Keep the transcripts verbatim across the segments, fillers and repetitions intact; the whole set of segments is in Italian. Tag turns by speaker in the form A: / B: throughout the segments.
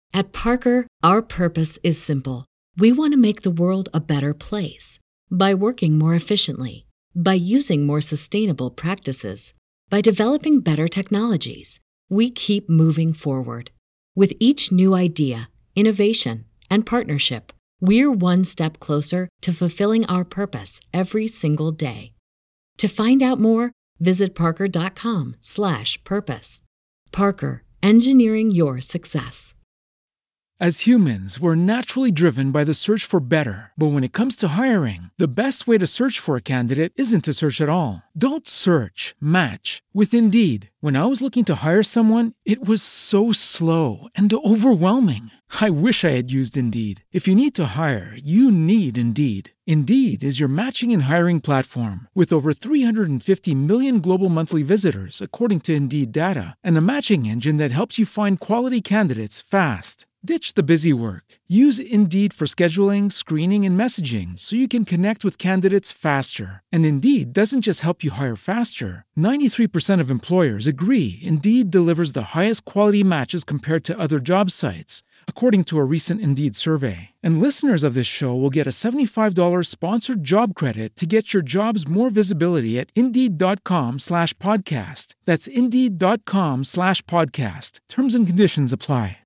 A: At Parker, our purpose is simple. We want to make the world a better place by working more efficiently, by using more sustainable practices, by developing better technologies. We keep moving forward. With each new idea, innovation, and partnership, we're one step closer to fulfilling our purpose every single day. To find out more, visit parker.com slash purpose. Parker, engineering your success.
B: As humans, we're naturally driven by the search for better. But when it comes to hiring, the best way to search for a candidate isn't to search at all. Don't search, match with Indeed. When I was looking to hire someone, it was so slow and overwhelming. I wish I had used Indeed. If you need to hire, you need Indeed. Indeed is your matching and hiring platform with over three hundred fifty million global monthly visitors, according to Indeed data, and a matching engine that helps you find quality candidates fast. Ditch the busy work. Use Indeed for scheduling, screening, and messaging so you can connect with candidates faster. And Indeed doesn't just help you hire faster. ninety-three percent of employers agree Indeed delivers the highest quality matches compared to other job sites, according to a recent Indeed survey. And listeners of this show will get a seventy-five dollars sponsored job credit to get your jobs more visibility at Indeed.com slash podcast. That's Indeed.com slash podcast. Terms and conditions apply.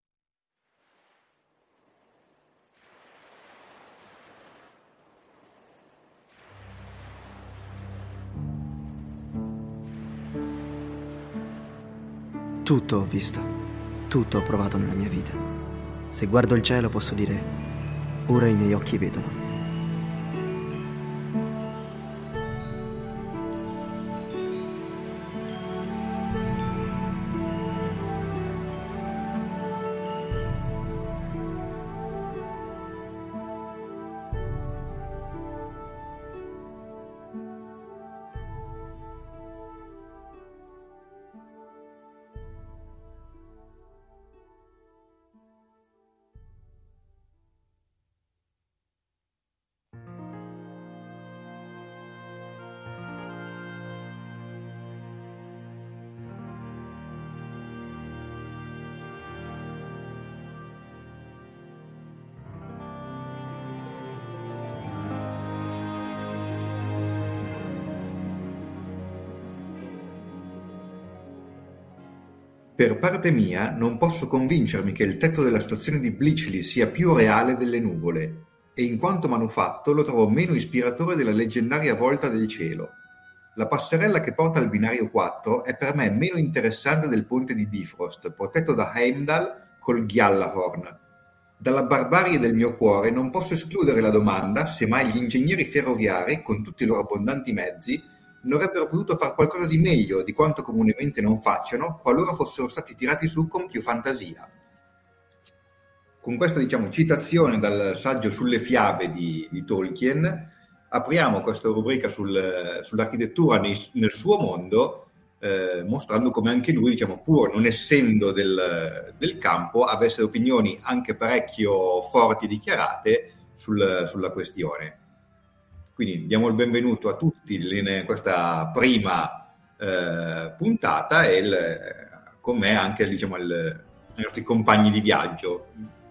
C: Tutto ho visto, tutto ho provato nella mia vita. Se guardo il cielo posso dire, ora i miei occhi vedono.
D: Per parte mia, non posso convincermi che il tetto della stazione di Bletchley sia più reale delle nuvole, e in quanto manufatto lo trovo meno ispiratore della leggendaria volta del cielo. La passerella che porta al binario quattro è per me meno interessante del ponte di Bifrost, protetto da Heimdall col Gjallahorn. Dalla barbarie del mio cuore non posso escludere la domanda se mai gli ingegneri ferroviari, con tutti i loro abbondanti mezzi, non avrebbero potuto fare qualcosa di meglio di quanto comunemente non facciano qualora fossero stati tirati su con più fantasia. Con questa, diciamo, citazione dal saggio Sulle fiabe di, di Tolkien, apriamo questa rubrica sul, sull'architettura nei, nel suo mondo, eh, mostrando come anche lui, diciamo, pur non essendo del, del campo, avesse opinioni anche parecchio forti e dichiarate sul, sulla questione. Quindi diamo il benvenuto a tutti in questa prima eh, puntata e il, con me anche, diciamo, il, i nostri compagni di viaggio.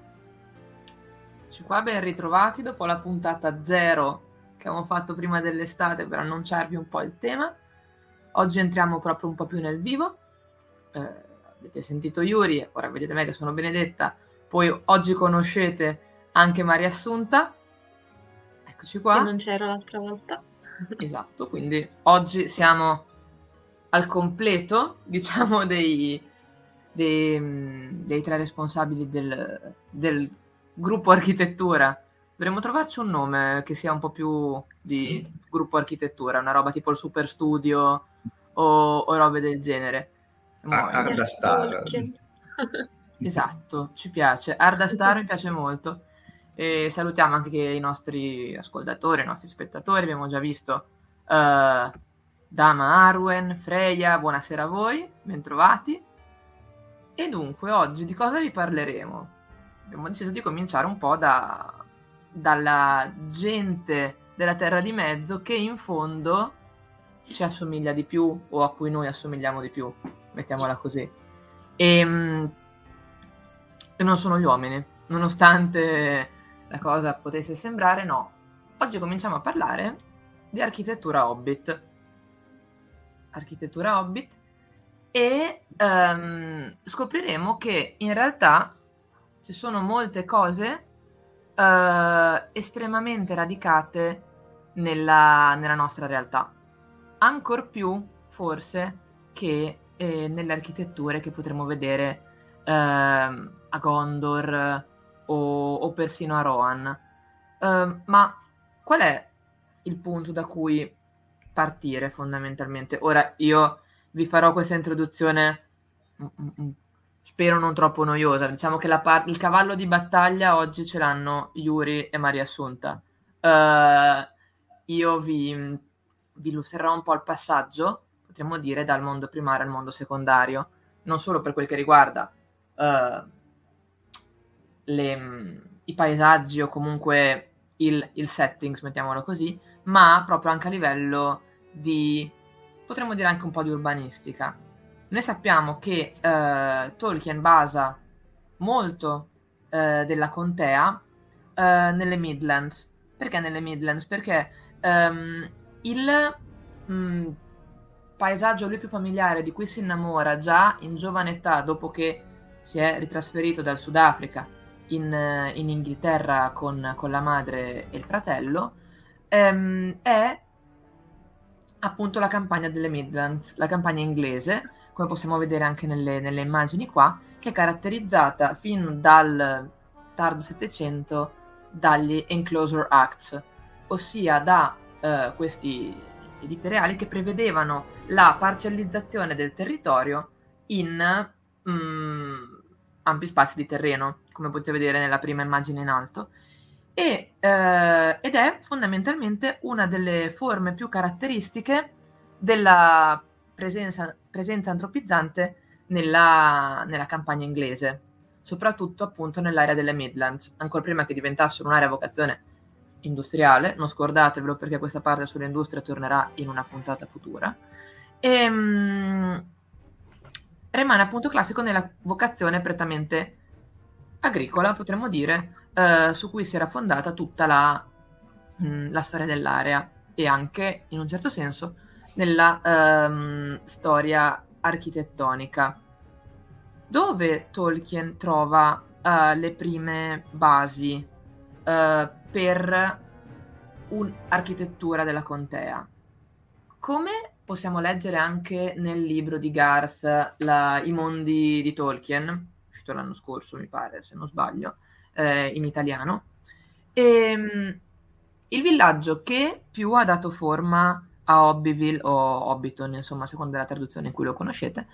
E: Eccoci qua, ben ritrovati dopo la puntata zero che abbiamo fatto prima dell'estate per annunciarvi un po' il tema. Oggi entriamo proprio un po' più nel vivo. Eh, avete sentito Yuri, ora vedete me che sono Benedetta, poi oggi conoscete anche Maria Assunta. Eccoci qua.
F: Che non c'era l'altra volta.
E: Esatto, quindi oggi siamo al completo, diciamo, dei, dei, dei tre responsabili del, del gruppo architettura. Dovremmo trovarci un nome che sia un po' più di gruppo architettura, una roba tipo il Super Studio o, o robe del genere.
D: Ah, Ardastar.
E: Esatto, ci piace. Ardastar mi piace molto. E salutiamo anche i nostri ascoltatori, i nostri spettatori. Abbiamo già visto uh, Dama Arwen, Freya, buonasera a voi, bentrovati. E dunque oggi di cosa vi parleremo? Abbiamo deciso di cominciare un po' da, dalla gente della Terra di Mezzo che in fondo ci assomiglia di più o a cui noi assomigliamo di più, mettiamola così. E e non sono gli uomini, nonostante la cosa potesse sembrare, no. Oggi cominciamo a parlare di architettura Hobbit. Architettura Hobbit e um, scopriremo che in realtà ci sono molte cose uh, estremamente radicate nella, nella nostra realtà, ancor più forse che eh, nelle architetture che potremo vedere uh, a Gondor o, o persino a Rohan. Uh, ma qual è il punto da cui partire fondamentalmente? Ora io vi farò questa introduzione spero non troppo noiosa. Diciamo che la par- il cavallo di battaglia oggi ce l'hanno Yuri e Maria Assunta. Uh, io vi, vi illustrerò un po' il passaggio, potremmo dire, dal mondo primario al mondo secondario, non solo per quel che riguarda uh, le, i paesaggi o comunque il, il settings, mettiamolo così, ma proprio anche a livello di, potremmo dire anche un po' di urbanistica. Noi sappiamo che uh, Tolkien basa molto uh, della contea uh, nelle Midlands. Perché nelle Midlands? Perché um, il um, paesaggio a lui più familiare, di cui si innamora già in giovane età, dopo che si è ritrasferito dal Sudafrica in, in Inghilterra con, con la madre e il fratello, um, è appunto la campagna delle Midlands, la campagna inglese, come possiamo vedere anche nelle, nelle immagini qua, che è caratterizzata fin dal tardo Settecento dagli Enclosure Acts, ossia da uh, questi editi reali che prevedevano la parcellizzazione del territorio in um, ampi spazi di terreno, come potete vedere nella prima immagine in alto, e, uh, ed è fondamentalmente una delle forme più caratteristiche della presenza, presenza antropizzante nella, nella campagna inglese, soprattutto appunto nell'area delle Midlands, ancora prima che diventassero un'area a vocazione industriale. Non scordatevelo, perché questa parte sull'industria tornerà in una puntata futura. E um, rimane appunto classico nella vocazione prettamente agricola, potremmo dire, uh, su cui si era fondata tutta la, mh, la storia dell'area, e anche in un certo senso nella um, storia architettonica, dove Tolkien trova uh, le prime basi uh, per un'architettura della contea. Come possiamo leggere anche nel libro di Garth, la, I mondi di Tolkien, uscito l'anno scorso mi pare, se non sbaglio, eh, in italiano, e, um, il villaggio che più ha dato forma a Hobbitville o Hobbiton, insomma, a seconda della traduzione in cui lo conoscete,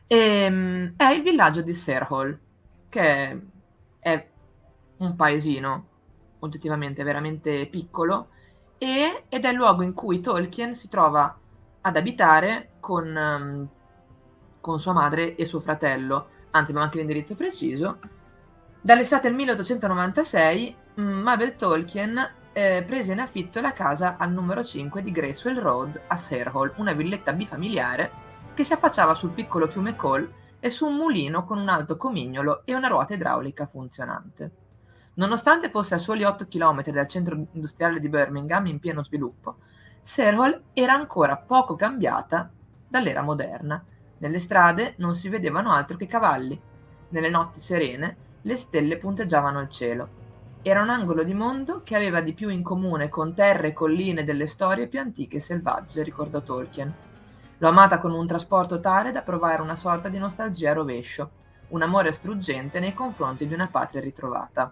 E: e, è il villaggio di Sarehole, che è un paesino oggettivamente veramente piccolo, e, ed è il luogo in cui Tolkien si trova ad abitare con, um, con sua madre e suo fratello. Anzi, abbiamo anche l'indirizzo preciso. Dall'estate del milleottocentonovantasei um, Mabel Tolkien Eh, prese in affitto la casa al numero cinque di Gracewell Road a Sarehole, una villetta bifamiliare che si affacciava sul piccolo fiume Cole e su un mulino con un alto comignolo e una ruota idraulica funzionante. Nonostante fosse a soli otto chilometri dal centro industriale di Birmingham in pieno sviluppo, Sarehole era ancora poco cambiata dall'era moderna. Nelle strade non si vedevano altro che cavalli. Nelle notti serene le stelle punteggiavano il cielo. Era un angolo di mondo che aveva di più in comune con terre e colline delle storie più antiche e selvagge, ricordò Tolkien. L'ho amata con un trasporto tale da provare una sorta di nostalgia a rovescio, un amore struggente nei confronti di una patria ritrovata.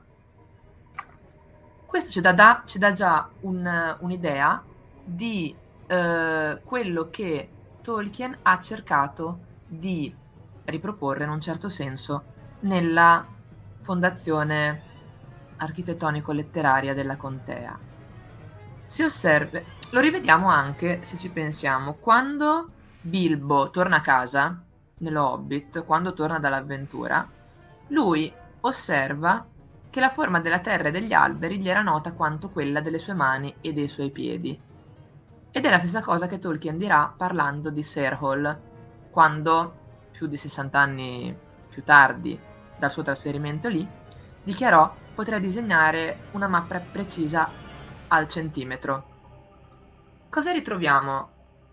E: Questo ci dà, da, ci dà già un, un'idea di eh, quello che Tolkien ha cercato di riproporre in un certo senso nella fondazione architettonico-letteraria della contea. Si osserva, lo rivediamo anche, se ci pensiamo, quando Bilbo torna a casa, nello Hobbit, quando torna dall'avventura, lui osserva che la forma della terra e degli alberi gli era nota quanto quella delle sue mani e dei suoi piedi. Ed è la stessa cosa che Tolkien dirà parlando di Sarehole, quando, più di sessanta anni più tardi dal suo trasferimento lì, dichiarò: potrei disegnare una mappa precisa al centimetro. Cosa ritroviamo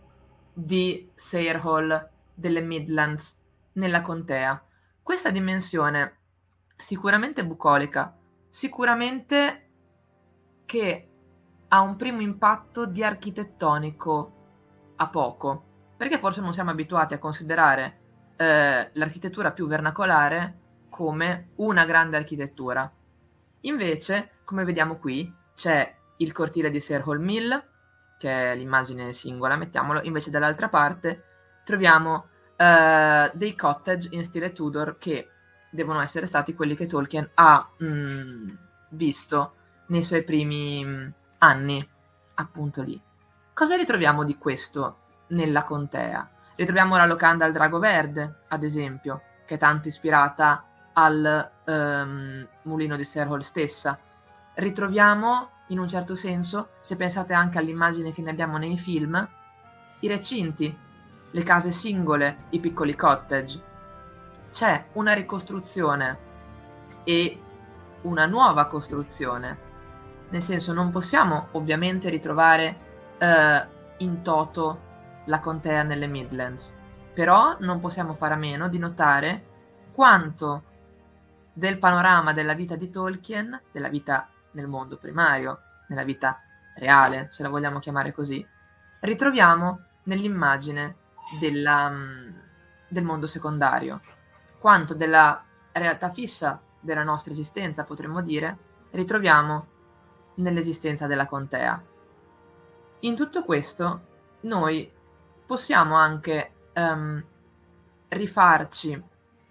E: di Sayre Hall delle Midlands nella contea? Questa dimensione sicuramente bucolica, sicuramente che ha un primo impatto di architettonico a poco, perché forse non siamo abituati a considerare eh, l'architettura più vernacolare come una grande architettura. Invece, come vediamo qui, c'è il cortile di Sayre Hall Mill, che è l'immagine singola, mettiamolo, invece dall'altra parte troviamo eh, dei cottage in stile Tudor che devono essere stati quelli che Tolkien ha mh, visto nei suoi primi mh, anni, appunto lì. Cosa ritroviamo di questo nella contea? Ritroviamo la locanda al Drago Verde, ad esempio, che è tanto ispirata al um, mulino di Sayre Hall stessa. Ritroviamo, in un certo senso, se pensate anche all'immagine che ne abbiamo nei film, i recinti, le case singole, i piccoli cottage. C'è una ricostruzione e una nuova costruzione. Nel senso, non possiamo ovviamente ritrovare eh, in toto la contea nelle Midlands, però non possiamo fare a meno di notare quanto del panorama della vita di Tolkien, della vita nel mondo primario, nella vita reale, se la vogliamo chiamare così, ritroviamo nell'immagine della, del mondo secondario. Quanto della realtà fissa della nostra esistenza, potremmo dire, ritroviamo nell'esistenza della contea. In tutto questo noi possiamo anche um, rifarci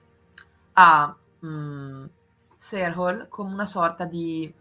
E: a um, Sayre Hall come una sorta di,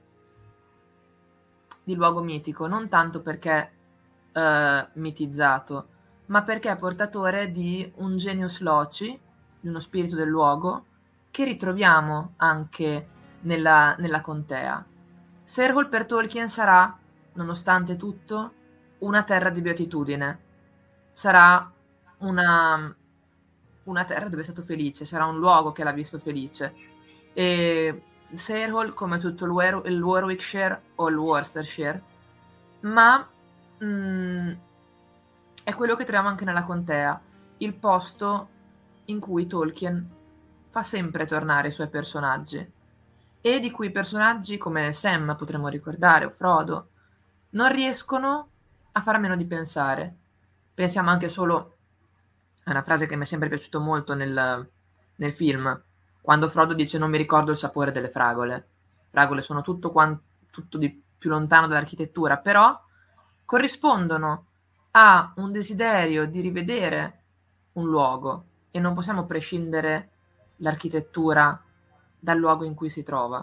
E: di luogo mitico, non tanto perché uh, mitizzato, ma perché è portatore di un genius loci, di uno spirito del luogo, che ritroviamo anche nella, nella contea. Sayre Hall per Tolkien sarà, nonostante tutto, una terra di beatitudine. Sarà una, una terra dove è stato felice, sarà un luogo che l'ha visto felice. E Sayre Hall, come tutto il, Wer- il Warwickshire o il Worcestershire, ma mh, è quello che troviamo anche nella contea, il posto in cui Tolkien fa sempre tornare i suoi personaggi, e di cui i personaggi come Sam, potremmo ricordare, o Frodo, non riescono a far a meno di pensare. Pensiamo anche solo a una frase che mi è sempre piaciuto molto nel, nel film, quando Frodo dice: non mi ricordo il sapore delle fragole. Fragole sono tutto, quanto, tutto di più lontano dall'architettura, però corrispondono a un desiderio di rivedere un luogo, e non possiamo prescindere l'architettura dal luogo in cui si trova.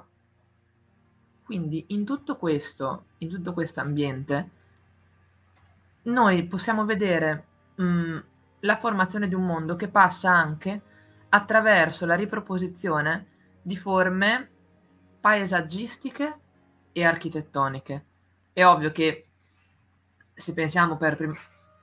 E: Quindi in tutto questo, in tutto questo ambiente, noi possiamo vedere mh, la formazione di un mondo che passa anche attraverso la riproposizione di forme paesaggistiche e architettoniche. È ovvio che se pensiamo, per prim-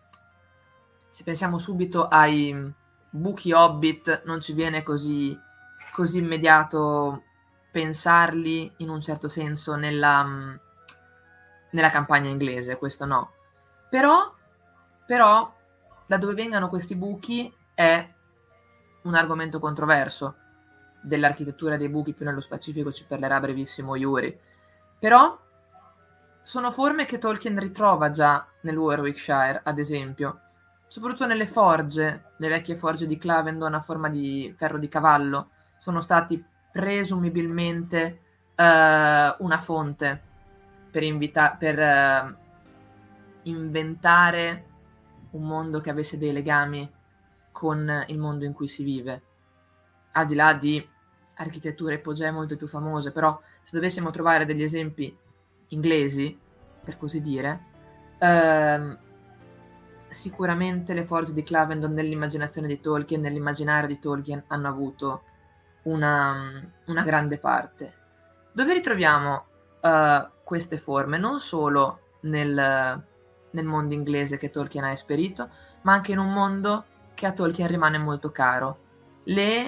E: se pensiamo subito ai buchi Hobbit, non ci viene così, così immediato pensarli in un certo senso nella, nella campagna inglese, questo no. Però, però, da dove vengano questi buchi è un argomento controverso. Dell'architettura dei buchi più nello specifico ci parlerà brevissimo Yuri. Però sono forme che Tolkien ritrova già nel Warwickshire, ad esempio, soprattutto nelle forge, le vecchie forge di Clavendon a forma di ferro di cavallo, sono stati presumibilmente uh, una fonte per, invita- per uh, inventare un mondo che avesse dei legami con il mondo in cui si vive, al di là di architetture ipogee molto più famose. Però se dovessimo trovare degli esempi inglesi, per così dire, ehm, sicuramente le forge di Clavendon nell'immaginazione di Tolkien, nell'immaginario di Tolkien, hanno avuto una, una grande parte. Dove ritroviamo uh, queste forme? Non solo nel, nel mondo inglese che Tolkien ha esperito, ma anche in un mondo che a Tolkien rimane molto caro. Le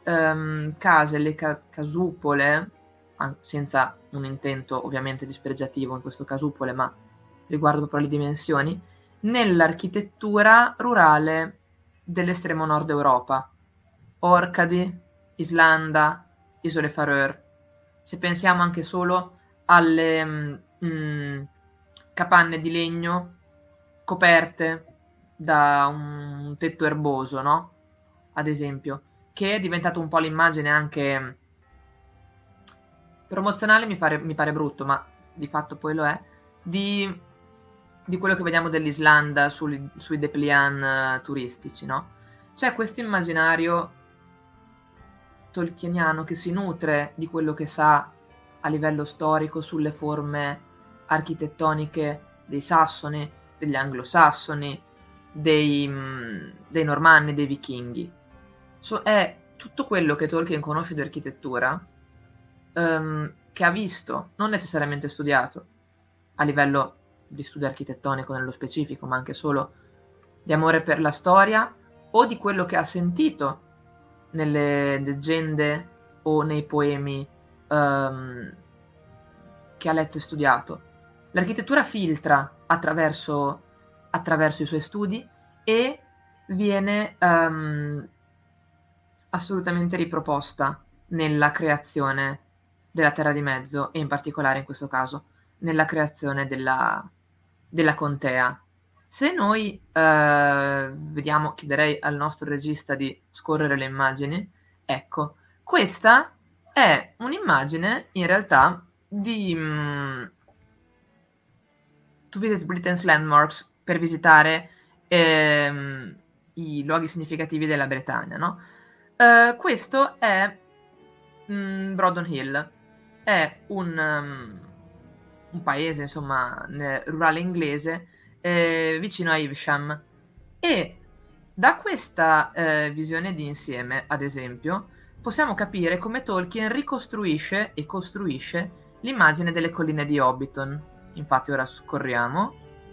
E: um, case, le ca- casupole, senza un intento ovviamente dispregiativo in questo casupole, ma riguardo proprio le dimensioni, nell'architettura rurale dell'estremo nord Europa, Orcadi, Islanda, Isole Faroe. Se pensiamo anche solo alle mm, capanne di legno coperte da un tetto erboso, no? Ad esempio, che è diventato un po' l'immagine anche promozionale, mi, fare, mi pare brutto, ma di fatto poi lo è, di, di quello che vediamo dell'Islanda sui, sui dépliant uh, turistici, no? C'è questo immaginario tolkieniano che si nutre di quello che sa a livello storico sulle forme architettoniche dei sassoni, degli anglosassoni, dei, mh, dei normanni, dei vichinghi. So, è tutto quello che Tolkien conosce di architettura, um, che ha visto, non necessariamente studiato, a livello di studio architettonico nello specifico, ma anche solo di amore per la storia o di quello che ha sentito nelle leggende o nei poemi um, che ha letto e studiato. L'architettura filtra attraverso, attraverso i suoi studi e viene um, assolutamente riproposta nella creazione della Terra di Mezzo e in particolare in questo caso nella creazione della, della contea. Se noi eh, vediamo, chiederei al nostro regista di scorrere le immagini, ecco, questa è un'immagine in realtà di um, To Visit Britain's Landmarks, per visitare ehm, i luoghi significativi della Bretagna, no? Uh, questo è um, Brodon Hill, è un, um, un paese, insomma, rurale inglese, eh, vicino a Evesham, e da questa eh, visione di insieme, ad esempio, possiamo capire come Tolkien ricostruisce e costruisce l'immagine delle colline di Hobbiton. Infatti ora scorriamo,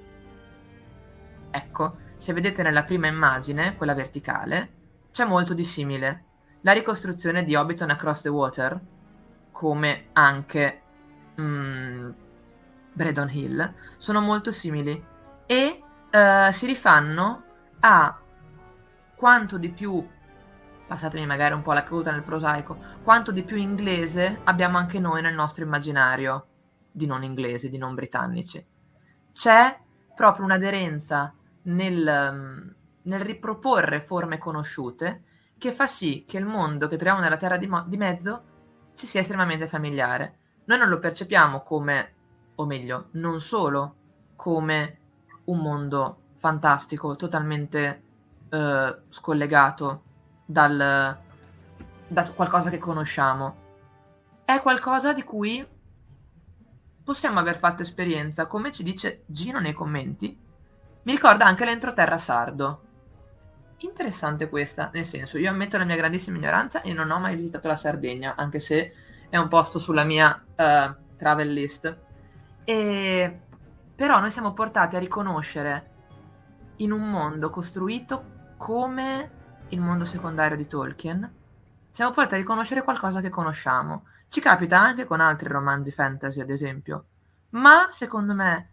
E: ecco, se vedete nella prima immagine, quella verticale, c'è molto di simile. La ricostruzione di Hobbiton Across the Water, come anche mm, Bredon Hill, sono molto simili e uh, si rifanno a quanto di più, passatemi magari un po' la caduta nel prosaico, quanto di più inglese abbiamo anche noi nel nostro immaginario di non inglesi, di non britannici. C'è proprio un'aderenza nel, nel riproporre forme conosciute che fa sì che il mondo che troviamo nella Terra di, mo- di Mezzo ci sia estremamente familiare. Noi non lo percepiamo come, o meglio, non solo come un mondo fantastico, totalmente eh, scollegato dal, da qualcosa che conosciamo. È qualcosa di cui possiamo aver fatto esperienza, come ci dice Gino nei commenti. Mi ricorda anche l'entroterra sardo. Interessante questa, nel senso, io ammetto la mia grandissima ignoranza e non ho mai visitato la Sardegna, anche se è un posto sulla mia uh, travel list. E però noi siamo portati a riconoscere in un mondo costruito come il mondo secondario di Tolkien, siamo portati a riconoscere qualcosa che conosciamo. Ci capita anche con altri romanzi fantasy, ad esempio, ma secondo me,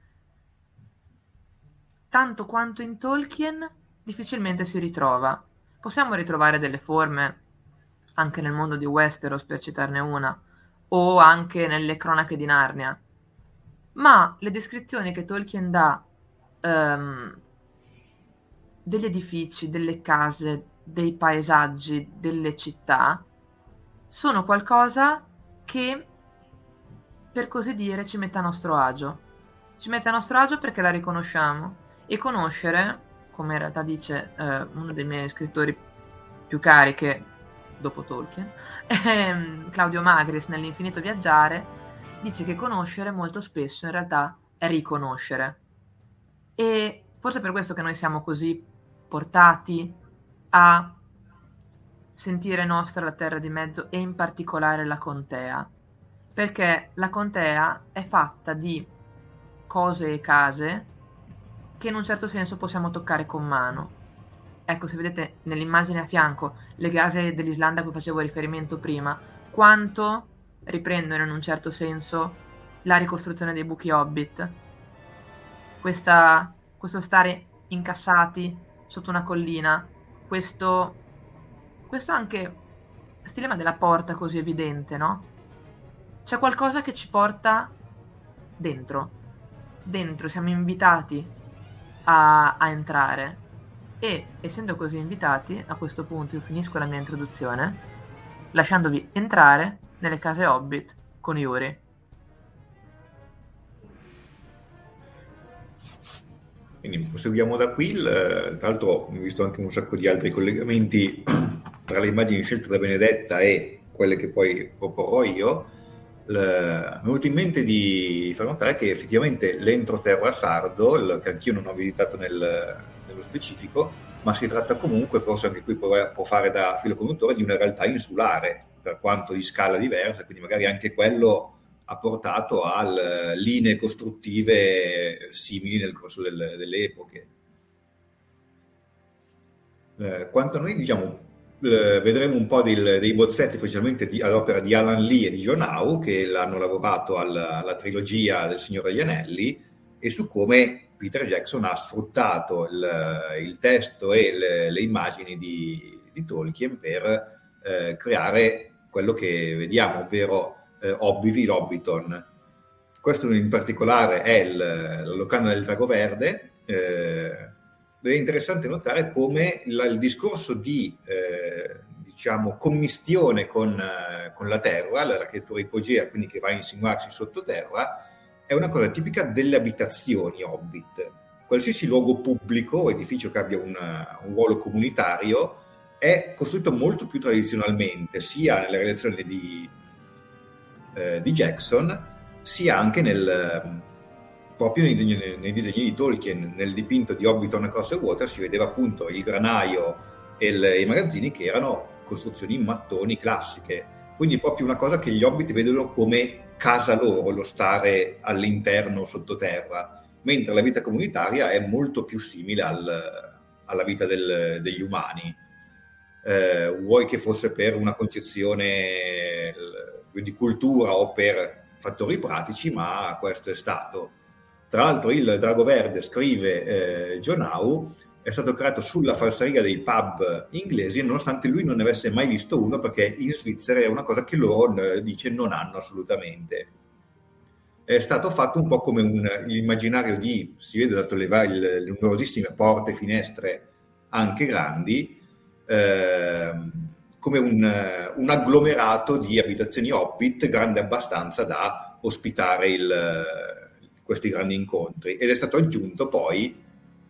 E: tanto quanto in Tolkien, difficilmente si ritrova. Possiamo ritrovare delle forme anche nel mondo di Westeros, per citarne una, o anche nelle cronache di Narnia, ma le descrizioni che Tolkien dà um, degli edifici, delle case, dei paesaggi, delle città, sono qualcosa che, per così dire, ci mette a nostro agio. Ci mette a nostro agio perché la riconosciamo. E conoscere, come in realtà dice eh, uno dei miei scrittori più cari, che dopo Tolkien, ehm, Claudio Magris, nell'Infinito Viaggiare, dice che conoscere molto spesso in realtà è riconoscere. E forse per questo che noi siamo così portati a sentire nostra la Terra di Mezzo e in particolare la contea, perché la contea è fatta di cose e case che in un certo senso possiamo toccare con mano. ecco, se vedete nell'immagine a fianco le case dell'Islanda a cui facevo riferimento prima, quanto riprendono in un certo senso la ricostruzione dei buchi Hobbit. Questa, questo stare incassati sotto una collina, questo, questo anche stilema della porta così evidente, no? C'è qualcosa che ci porta dentro. Dentro siamo invitati a, a entrare e, essendo così invitati, a questo punto io finisco la mia introduzione lasciandovi entrare nelle case Hobbit con Yuri.
D: Quindi proseguiamo da qui. Il, tra l'altro ho visto anche un sacco di altri collegamenti tra le immagini scelte da Benedetta e quelle che poi proporrò io. Mi è venuto in mente di far notare che effettivamente l'entroterra sardo, il, che anch'io non ho visitato nel, nello specifico, ma si tratta comunque, forse anche qui può, può fare da filo conduttore, di una realtà insulare, per quanto di scala diversa, quindi magari anche quello ha portato a linee costruttive simili nel corso del, delle epoche. Eh, quanto a noi, diciamo, eh, vedremo un po' del, dei bozzetti, specialmente di, all'opera di Alan Lee e di John Howe, che l'hanno lavorato alla, alla trilogia del Signore degli Anelli, e su come Peter Jackson ha sfruttato il, il testo e le, le immagini di, di Tolkien per eh, creare quello che vediamo, ovvero eh, Hobbitville, Hobbiton. Questo in particolare è il, la locanda del Drago Verde. Eh, è interessante notare come la, il discorso di eh, diciamo commistione con, eh, con la terra, l'architettura ipogea, quindi che va a insinuarsi sottoterra, è una cosa tipica delle abitazioni Hobbit. Qualsiasi luogo pubblico o edificio che abbia una, un ruolo comunitario è costruito molto più tradizionalmente, sia nelle relazioni di, eh, di Jackson, sia anche nel, proprio nei disegni, nei disegni di Tolkien. Nel dipinto di Hobbiton Across the Water si vedeva appunto il granaio e il, i magazzini, che erano costruzioni in mattoni classiche. Quindi proprio una cosa che gli Hobbit vedono come casa loro, lo stare all'interno sottoterra, mentre la vita comunitaria è molto più simile al, alla vita del, degli umani. Eh, vuoi che fosse per una concezione di cultura o per fattori pratici, ma questo è stato. Tra l'altro il Drago Verde, scrive eh, John Howe, è stato creato sulla falsariga dei pub inglesi, nonostante lui non ne avesse mai visto uno, perché in Svizzera è una cosa che loro, dice, non hanno assolutamente. È stato fatto un po' come un, l'immaginario di, si vede dato le, le numerosissime porte e finestre anche grandi, eh, come un, un agglomerato di abitazioni Hobbit grande abbastanza da ospitare il, questi grandi incontri, ed è stato aggiunto poi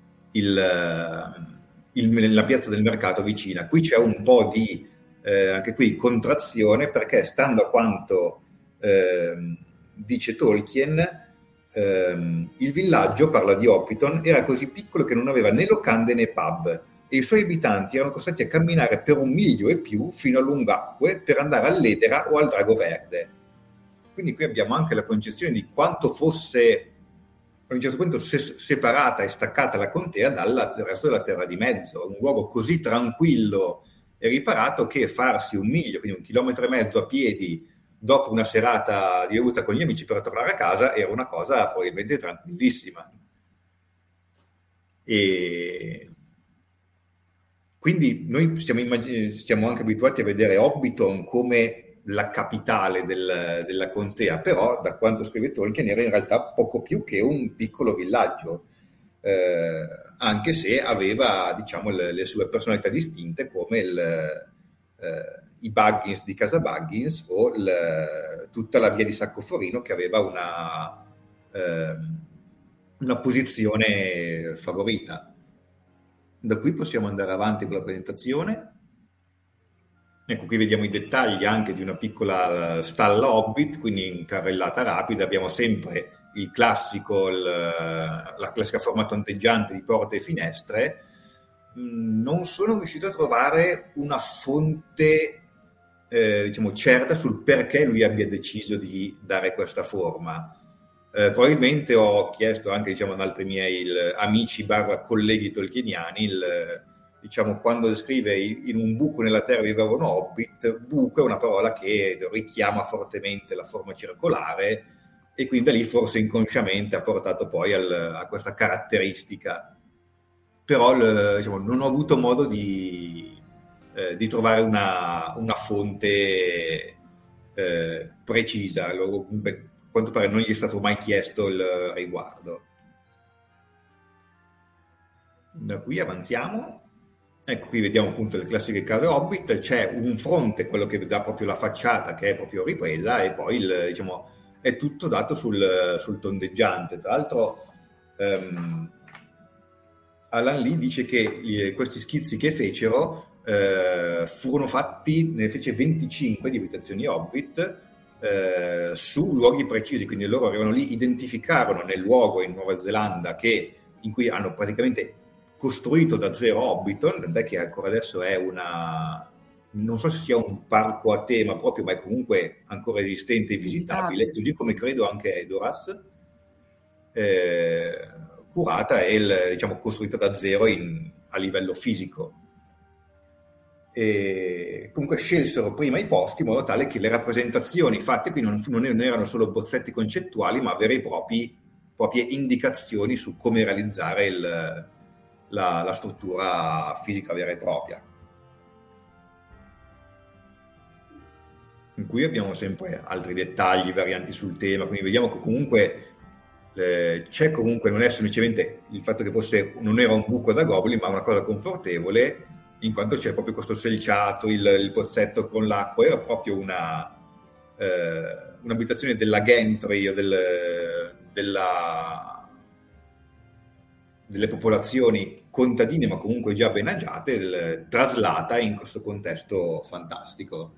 D: il, il, la piazza del mercato vicina. Qui c'è un po' di eh, anche qui contrazione, perché stando a quanto eh, dice Tolkien, eh, il villaggio, parla di Hobbiton, era così piccolo che non aveva né locande né pub, e i suoi abitanti erano costretti a camminare per un miglio e più fino a Lungacque per andare all'Edera o al Drago Verde. Quindi qui abbiamo anche la concezione di quanto fosse a un certo punto se- separata e staccata la contea dal resto della terra di mezzo, un luogo così tranquillo e riparato che farsi un miglio, quindi un chilometro e mezzo a piedi dopo una serata di bevuta con gli amici per tornare a casa, era una cosa probabilmente tranquillissima. E quindi noi siamo, immag- siamo anche abituati a vedere Hobbiton come la capitale del, della contea, però da quanto scrive Tolkien era in realtà poco più che un piccolo villaggio, eh, anche se aveva, diciamo, le, le sue personalità distinte, come il, eh, i Baggins di casa Baggins o il, tutta la via di Saccoforino, che aveva una, eh, una posizione favorita. Da qui possiamo andare avanti con la presentazione. Ecco, qui vediamo i dettagli anche di una piccola stalla Hobbit, quindi in carrellata rapida. Abbiamo sempre il classico, il, la classica forma tondeggiante di porte e finestre. Non sono riuscito a trovare una fonte, eh, diciamo, certa sul perché lui abbia deciso di dare questa forma. Eh, probabilmente ho chiesto anche, diciamo, ad altri miei il, amici barra colleghi tolkieniani il, diciamo, quando descrive in un buco nella terra vivevano hobbit, buco è una parola che richiama fortemente la forma circolare, e quindi da lì forse inconsciamente ha portato poi al, a questa caratteristica. Però il, diciamo, non ho avuto modo di, eh, di trovare una, una fonte eh, precisa, comunque, a quanto pare non gli è stato mai chiesto il riguardo. Da qui avanziamo. Ecco, qui vediamo appunto le classiche case hobbit, c'è un fronte, quello che dà proprio la facciata, che è proprio ripresa, e poi il, diciamo, è tutto dato sul, sul tondeggiante. Tra l'altro um, Alan Lee dice che gli, questi schizzi che fecero eh, furono fatti, ne fece venticinque di abitazioni hobbit eh, su luoghi precisi, quindi loro arrivano lì, identificarono nel luogo in Nuova Zelanda che, in cui hanno praticamente costruito da zero Hobbiton, tant'è che ancora adesso è una, non so se sia un parco a tema proprio, ma è comunque ancora esistente e visitabile, così come credo anche Edoras, eh, curata e il, diciamo, costruita da zero in, a livello fisico. E comunque scelsero prima i posti in modo tale che le rappresentazioni fatte qui non, non erano solo bozzetti concettuali, ma vere e propri, proprie indicazioni su come realizzare il La, la struttura fisica vera e propria. In cui abbiamo sempre altri dettagli varianti sul tema, quindi vediamo che comunque eh, c'è comunque, non è semplicemente il fatto che fosse, non era un buco da goblin, ma una cosa confortevole, in quanto c'è proprio questo selciato, il, il pozzetto con l'acqua, era proprio una eh, un'abitazione della gentry o del, della delle popolazioni contadine, ma comunque già ben agiate, il, traslata in questo contesto fantastico.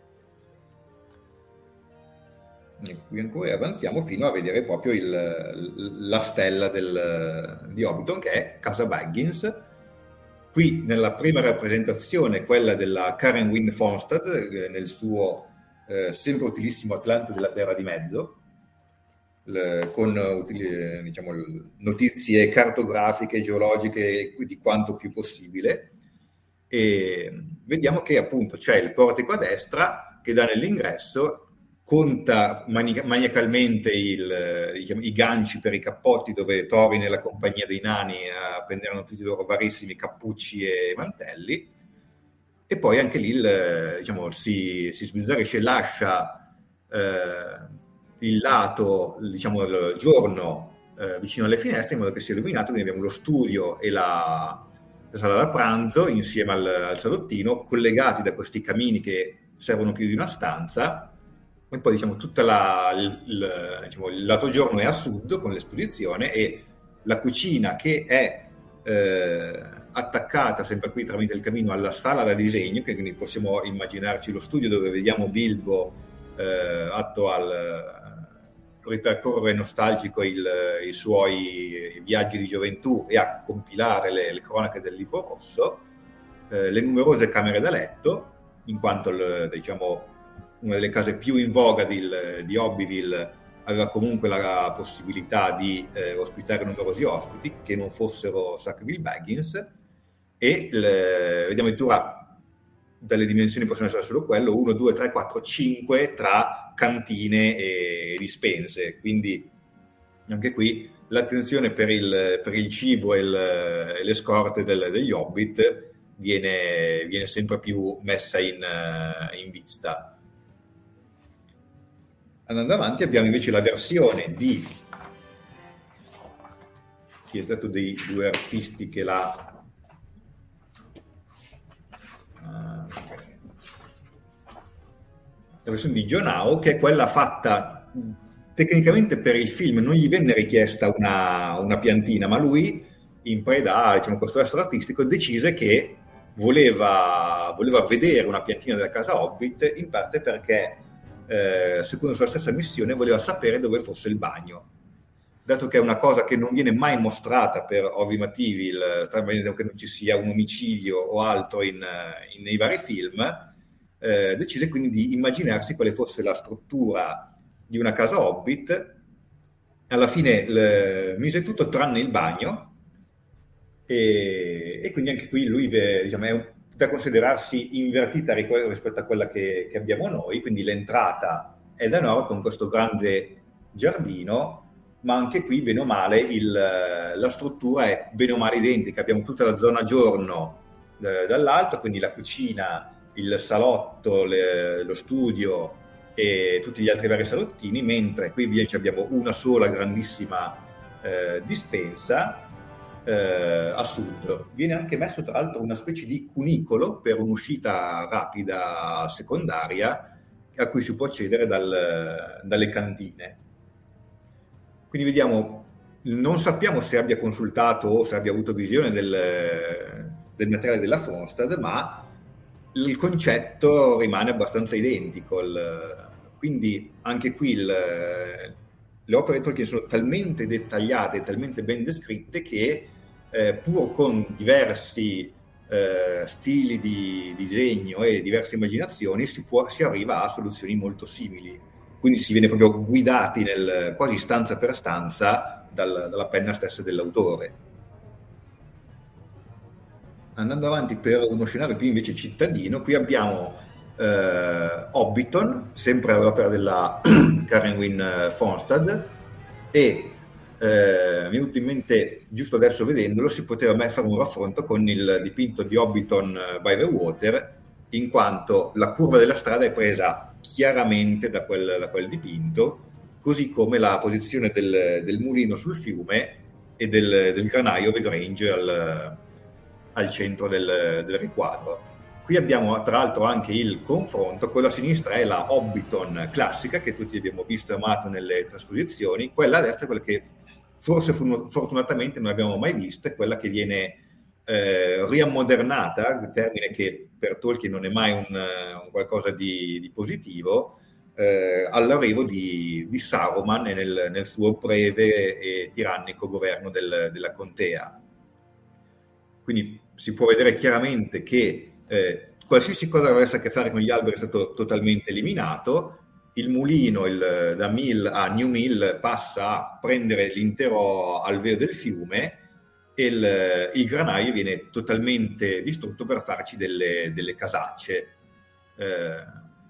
D: E qui ancora avanziamo fino a vedere proprio il, la stella del, di Hobbiton, che è Casa Baggins. Qui nella prima rappresentazione, quella della Karen Wynne Fonstad, eh, nel suo eh, sempre utilissimo Atlante della Terra di Mezzo, con diciamo, notizie cartografiche, geologiche di quanto più possibile, e vediamo che appunto c'è il portico a destra che dà nell'ingresso, conta mani- maniacalmente il, diciamo, i ganci per i cappotti dove Thorin e la compagnia dei nani appenderanno tutti i loro varissimi cappucci e mantelli, e poi anche lì il, diciamo, si, si sbizzarrisce, lascia eh, il lato, diciamo, il giorno eh, vicino alle finestre in modo che sia illuminato, quindi abbiamo lo studio e la, la sala da pranzo insieme al, al salottino, collegati da questi camini che servono più di una stanza, e poi diciamo tutta la, il, il, diciamo, il lato giorno è a sud con l'esposizione, e la cucina che è eh, attaccata sempre qui tramite il camino alla sala da disegno, che quindi possiamo immaginarci lo studio dove vediamo Bilbo eh, atto al ripercorrere nostalgico il, i suoi viaggi di gioventù e a compilare le, le cronache del libro rosso, eh, le numerose camere da letto, in quanto il, diciamo, una delle case più in voga di, di Hobbitville aveva comunque la possibilità di eh, ospitare numerosi ospiti che non fossero Sackville Baggins, e le, vediamo addirittura dalle dimensioni possono essere solo quello, uno, due, tre, quattro, cinque tra cantine e dispense, quindi anche qui l'attenzione per il, per il cibo e, il, e le scorte del, degli hobbit viene, viene sempre più messa in, in vista. Andando avanti abbiamo invece la versione di chi è stato dei due artisti che l'ha uh, la versione di John Howe, che è quella fatta tecnicamente per il film. Non gli venne richiesta una, una piantina, ma lui, in preda a, diciamo, questo estro artistico, decise che voleva, voleva vedere una piantina della casa Hobbit, in parte perché eh, secondo la sua stessa missione voleva sapere dove fosse il bagno, dato che è una cosa che non viene mai mostrata per ovvi motivi, il, che non ci sia un omicidio o altro in, in, nei vari film. Eh, decise quindi di immaginarsi quale fosse la struttura di una casa Hobbit. Alla fine le, mise tutto tranne il bagno, e, e quindi anche qui lui diciamo, è da considerarsi invertita rispetto a quella che, che abbiamo noi, quindi l'entrata è da nord con questo grande giardino, ma anche qui bene o male il, la struttura è bene o male identica, abbiamo tutta la zona giorno eh, dall'alto, quindi la cucina, il salotto, le, lo studio e tutti gli altri vari salottini, mentre qui invece abbiamo una sola grandissima eh, dispensa. Eh, a sud viene anche messo tra l'altro una specie di cunicolo per un'uscita rapida secondaria a cui si può accedere dal, dalle cantine. Quindi vediamo, non sappiamo se abbia consultato o se abbia avuto visione del, del materiale della Fonstad, ma il concetto rimane abbastanza identico. Il, quindi anche qui il, le opere di Tolkien sono talmente dettagliate, talmente ben descritte che Eh, pur con diversi eh, stili di disegno e diverse immaginazioni si, può, si arriva a soluzioni molto simili, quindi si viene proprio guidati nel, quasi stanza per stanza dal, dalla penna stessa dell'autore. Andando avanti per uno scenario più invece cittadino, qui abbiamo eh, Hobbiton, sempre all'opera della Karen Wynne Fonstad, e Eh, mi è venuto in mente giusto adesso vedendolo, si poteva mai fare un raffronto con il dipinto di Hobbiton by the Water, in quanto la curva della strada è presa chiaramente da quel, da quel dipinto, così come la posizione del, del mulino sul fiume e del, del granaio The Grange al, al centro del, del riquadro. Qui abbiamo tra l'altro anche il confronto, quella a sinistra è la Hobbiton classica che tutti abbiamo visto e amato nelle trasposizioni, quella a destra è quella che forse fortunatamente non abbiamo mai visto, è quella che viene eh, riammodernata, un termine che per Tolkien non è mai un, un qualcosa di, di positivo, eh, all'arrivo di, di Saruman nel, nel suo breve e tirannico governo del, della contea. Quindi si può vedere chiaramente che Eh, qualsiasi cosa avesse a che fare con gli alberi è stato totalmente eliminato. Il mulino il, da Mill a New Mill passa a prendere l'intero alveo del fiume e il, il granaio viene totalmente distrutto per farci delle, delle casacce. Eh,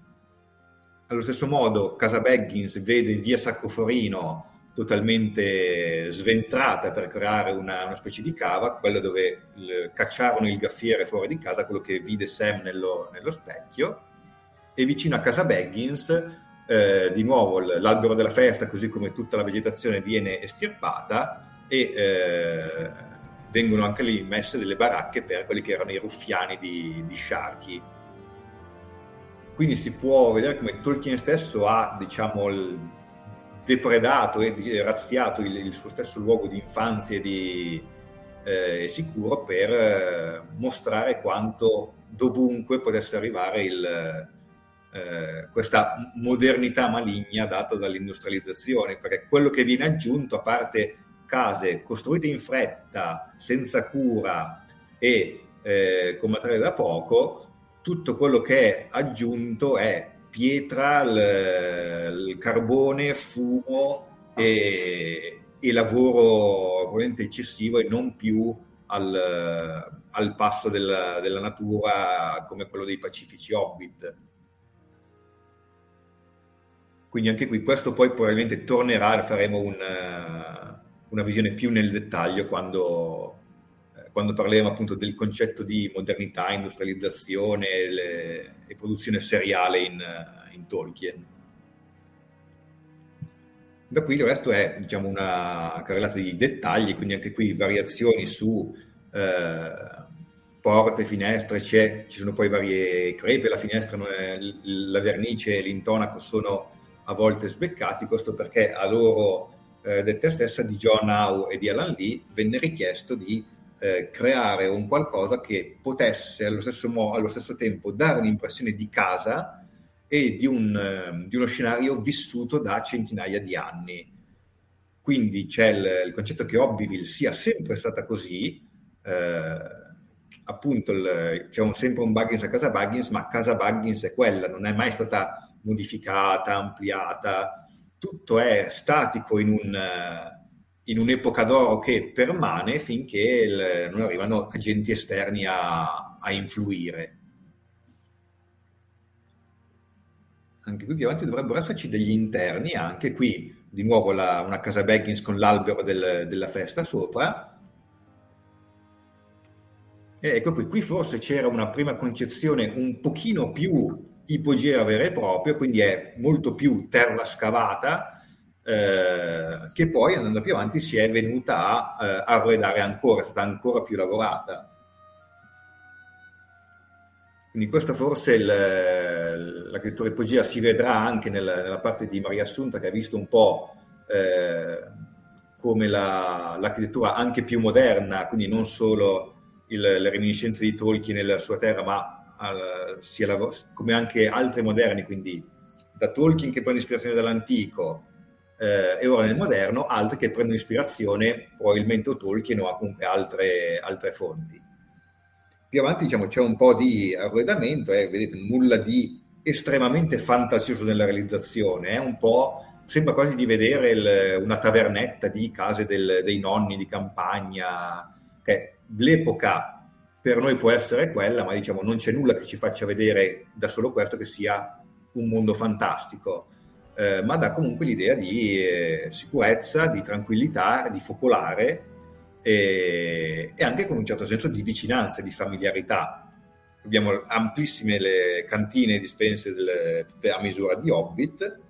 D: allo stesso modo Casa Baggins vede via Saccoforino totalmente sventrata per creare una, una specie di cava, quella dove il, cacciarono il gaffiere fuori di casa, quello che vide Sam nello, nello specchio, e vicino a Casa Baggins eh, di nuovo l'albero della festa, così come tutta la vegetazione, viene estirpata e eh, vengono anche lì messe delle baracche per quelli che erano i ruffiani di, di Sharky. Quindi si può vedere come Tolkien stesso ha, diciamo, il, depredato e razziato il, il suo stesso luogo di infanzia e di eh, sicuro per eh, mostrare quanto dovunque potesse arrivare il, eh, questa modernità maligna data dall'industrializzazione, perché quello che viene aggiunto, a parte case costruite in fretta, senza cura e eh, con materiale da poco, tutto quello che è aggiunto è pietra, il, il carbone, fumo e, e lavoro probabilmente eccessivo e non più al, al passo della, della natura come quello dei pacifici Hobbit. Quindi anche qui questo poi probabilmente tornerà, faremo una, una visione più nel dettaglio quando, quando parleremo appunto del concetto di modernità, industrializzazione le, e produzione seriale in, in Tolkien. Da qui il resto è, diciamo, una carrellata di dettagli, quindi anche qui variazioni su eh, porte, finestre, c'è, ci sono poi varie crepe, la finestra, non è, la vernice e l'intonaco sono a volte sbeccati, questo perché a loro eh, detta stessa di John Howe e di Alan Lee venne richiesto di eh, creare un qualcosa che potesse allo stesso, mo- allo stesso tempo dare un'impressione di casa e di, un, eh, di uno scenario vissuto da centinaia di anni. Quindi c'è il, il concetto che Hobbitville sia sempre stata così, eh, appunto il, c'è un, sempre un Baggins a Casa Baggins, ma Casa Baggins è quella, non è mai stata modificata, ampliata, tutto è statico in un, in un'epoca d'oro che permane finché il, non arrivano agenti esterni a, a influire. Anche qui più avanti dovrebbero esserci degli interni, anche qui di nuovo la, una casa Baggins con l'albero del, della festa sopra. E ecco qui, qui forse c'era una prima concezione un pochino più ipogea vera e propria, quindi è molto più terra scavata, eh, che poi andando più avanti si è venuta a eh, arredare ancora, è stata ancora più lavorata. Quindi questa forse il, l'architettura ipogea si vedrà anche nel, nella parte di Maria Assunta, che ha visto un po' eh, come la, l'architettura anche più moderna, quindi non solo il, le reminiscenze di Tolkien nella sua terra, ma al, sia la, come anche altri moderni, quindi da Tolkien che prende ispirazione dall'antico eh, e ora nel moderno, altri che prendono ispirazione probabilmente o Tolkien o comunque altre, altre fonti. Più avanti diciamo c'è un po' di arredamento, eh, vedete nulla di estremamente fantasioso nella realizzazione, è eh, un po', sembra quasi di vedere il, una tavernetta di case del, dei nonni di campagna, che l'epoca per noi può essere quella, ma diciamo non c'è nulla che ci faccia vedere da solo questo che sia un mondo fantastico, eh, ma dà comunque l'idea di eh, sicurezza, di tranquillità, di focolare, e, e anche con un certo senso di vicinanza, di familiarità. Abbiamo amplissime le cantine e dispense delle, tutte a misura di Hobbit.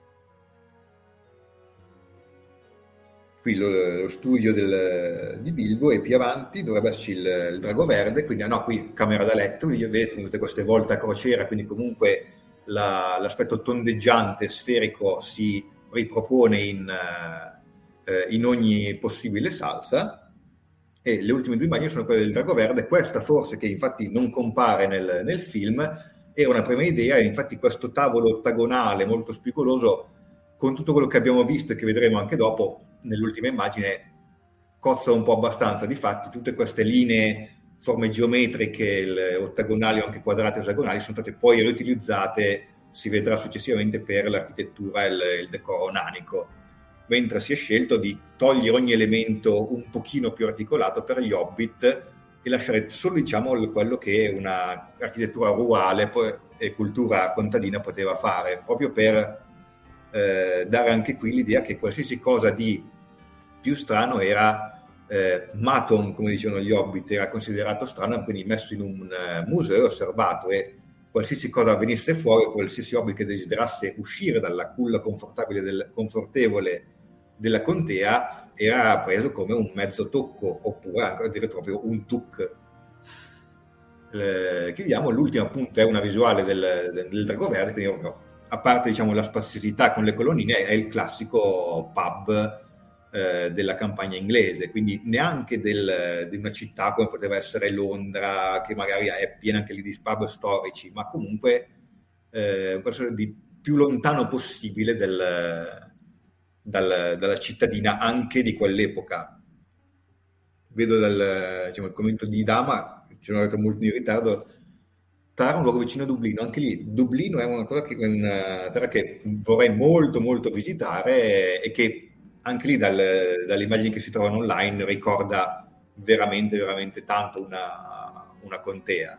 D: Qui lo, lo studio del, di Bilbo, e più avanti dovrebbe esserci il, il Drago Verde, quindi no, qui camera da letto, vedete tutte queste volte a crociera, quindi comunque la, l'aspetto tondeggiante, sferico si ripropone in, eh, in ogni possibile salsa. E le ultime due immagini sono quelle del Drago Verde, questa forse che infatti non compare nel, nel film, era una prima idea, e infatti questo tavolo ottagonale molto spigoloso, con tutto quello che abbiamo visto e che vedremo anche dopo nell'ultima immagine, cozza un po' abbastanza. Difatti tutte queste linee, forme geometriche, ottagonali o anche quadrate o esagonali, sono state poi riutilizzate, si vedrà successivamente, per l'architettura e il, il decoro nanico, mentre si è scelto di togliere ogni elemento un pochino più articolato per gli Hobbit e lasciare solo, diciamo, quello che una architettura rurale e cultura contadina poteva fare, proprio per eh, dare anche qui l'idea che qualsiasi cosa di più strano era eh, maton, come dicevano gli Hobbit, era considerato strano, quindi messo in un uh, museo, osservato, e qualsiasi cosa venisse fuori, qualsiasi Hobbit che desiderasse uscire dalla culla confortabile del, confortevole della contea era preso come un mezzo tocco, oppure anche a dire proprio un tuk. Eh, chiudiamo, l'ultimo appunto è una visuale del, del, del Drago Verde, quindi a parte diciamo la spaziosità con le colonnine, è il classico pub eh, della campagna inglese, quindi neanche del, di una città come poteva essere Londra, che magari è piena anche lì di pub storici, ma comunque eh, qualcosa di più lontano possibile del Dal, dalla cittadina anche di quell'epoca. Vedo dal diciamo, il commento di Dama, ci sono arrivato molto in ritardo. Tara, un luogo vicino a Dublino, anche lì Dublino è una cosa che una terra che vorrei molto molto visitare, e che anche lì dal, dalle immagini che si trovano online ricorda veramente veramente tanto una, una contea.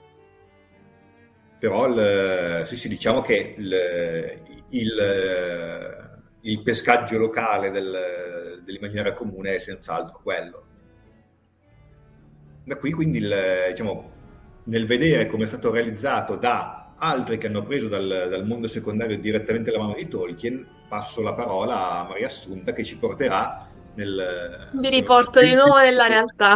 D: Però il, sì sì diciamo che il, il il pescaggio locale del, dell'immaginario comune è senz'altro quello. Da qui quindi il, diciamo, nel vedere come è stato realizzato da altri che hanno preso dal, dal mondo secondario direttamente la mano di Tolkien, passo la parola a Maria Assunta, che ci porterà nel...
F: Vi riporto di nuovo nella realtà.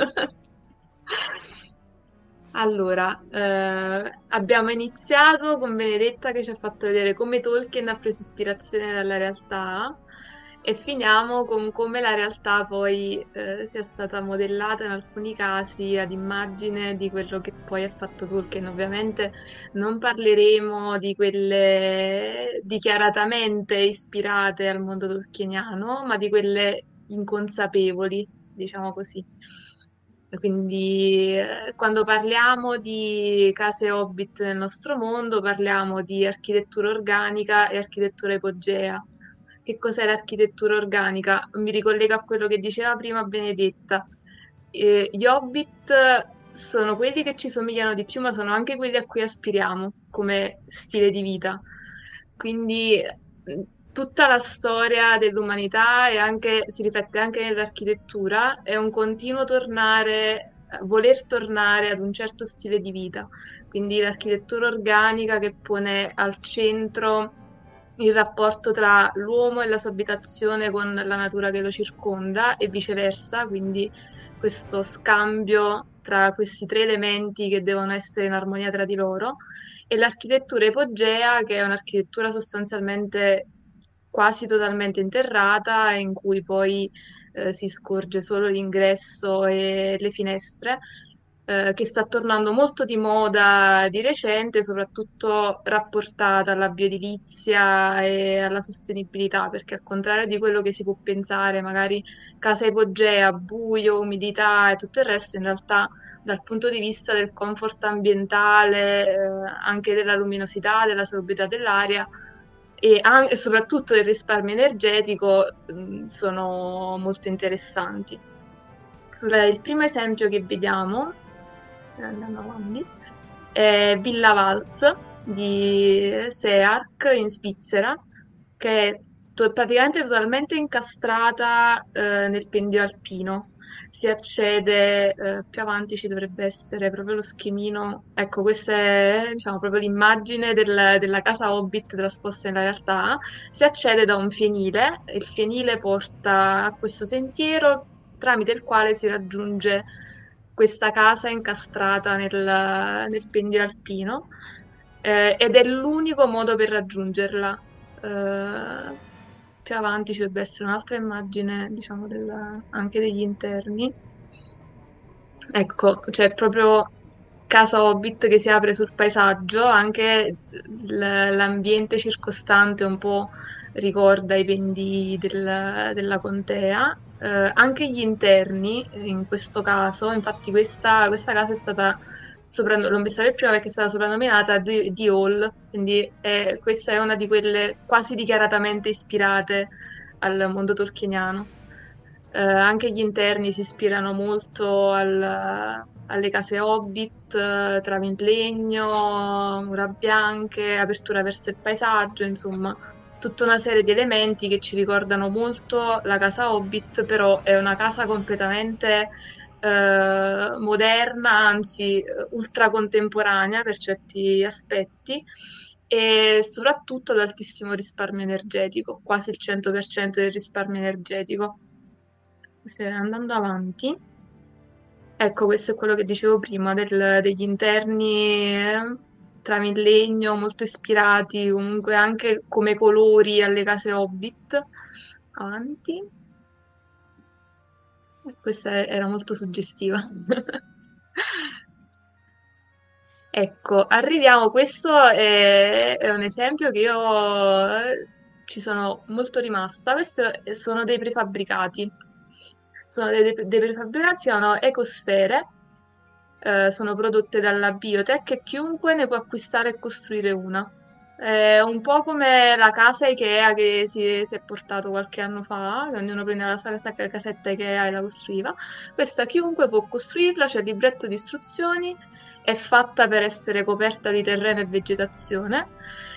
F: Allora, eh, abbiamo iniziato con Benedetta che ci ha fatto vedere come Tolkien ha preso ispirazione dalla realtà, e finiamo con come la realtà poi eh, sia stata modellata in alcuni casi ad immagine di quello che poi ha fatto Tolkien. Ovviamente non parleremo di quelle dichiaratamente ispirate al mondo tolkieniano, ma di quelle inconsapevoli, diciamo così. Quindi eh, quando parliamo di case Hobbit nel nostro mondo, parliamo di architettura organica e architettura ipogea, che cos'è l'architettura organica? Mi ricollego a quello che diceva prima Benedetta. Eh, gli Hobbit sono quelli che ci somigliano di più, ma sono anche quelli a cui aspiriamo come stile di vita. Quindi mh, tutta la storia dell'umanità e anche, si riflette anche nell'architettura, è un continuo tornare, voler tornare ad un certo stile di vita. Quindi l'architettura organica che pone al centro il rapporto tra l'uomo e la sua abitazione con la natura che lo circonda e viceversa, quindi questo scambio tra questi tre elementi che devono essere in armonia tra di loro, e l'architettura ipogea, che è un'architettura sostanzialmente quasi totalmente interrata, in cui poi eh, si scorge solo l'ingresso e le finestre, eh, che sta tornando molto di moda di recente, soprattutto rapportata alla bioedilizia e alla sostenibilità, perché al contrario di quello che si può pensare, magari casa ipogea, buio, umidità e tutto il resto, in realtà dal punto di vista del comfort ambientale, eh, anche della luminosità, della salubrità dell'aria e, an- e soprattutto del risparmio energetico, mh, sono molto interessanti. Allora, il primo esempio che vediamo, eh, andando avanti, è Villa Vals di Search in Svizzera, che è to- praticamente totalmente incastrata eh, nel pendio alpino. Si accede, eh, più avanti ci dovrebbe essere proprio lo schemino. Ecco, questa è, diciamo, proprio l'immagine del- della casa Hobbit trasposta nella realtà. Si accede da un fienile, il fienile porta a questo sentiero tramite il quale si raggiunge questa casa incastrata nel, nel pendio alpino, eh, ed è l'unico modo per raggiungerla. Eh, più avanti ci dovrebbe essere un'altra immagine, diciamo, del- anche degli interni. Ecco, c'è proprio casa Hobbit che si apre sul paesaggio, anche l- l'ambiente circostante un po' ricorda i pendii del- della contea. Eh, anche gli interni, in questo caso, infatti questa, questa casa è stata sopranno- l'ho messa per prima perché è stata soprannominata The, The Hall, quindi è- questa è una di quelle quasi dichiaratamente ispirate al mondo tolkieniano. Eh, anche gli interni si ispirano molto al- alle case Hobbit, eh, travi in legno, mura bianche, apertura verso il paesaggio, insomma, tutta una serie di elementi che ci ricordano molto la casa Hobbit, però è una casa completamente eh, moderna, anzi eh, ultra contemporanea per certi aspetti e soprattutto ad altissimo risparmio energetico, quasi il cento per cento del risparmio energetico. Se- andando avanti, ecco, questo è quello che dicevo prima del- degli interni eh, travi in legno molto ispirati comunque anche come colori alle case Hobbit. Avanti. Questa era molto suggestiva. Ecco, arriviamo, questo è, è un esempio che io eh, ci sono molto rimasta. Questi sono dei prefabbricati. Sono dei, dei prefabbricati, si chiamano ecosfere, eh, sono prodotte dalla Biotech e chiunque ne può acquistare e costruire una. È un po' come la casa Ikea che si, si è portato qualche anno fa, che ognuno prendeva la sua casa- casetta Ikea e la costruiva. Questa chiunque può costruirla, c'è il libretto di istruzioni, è fatta per essere coperta di terreno e vegetazione.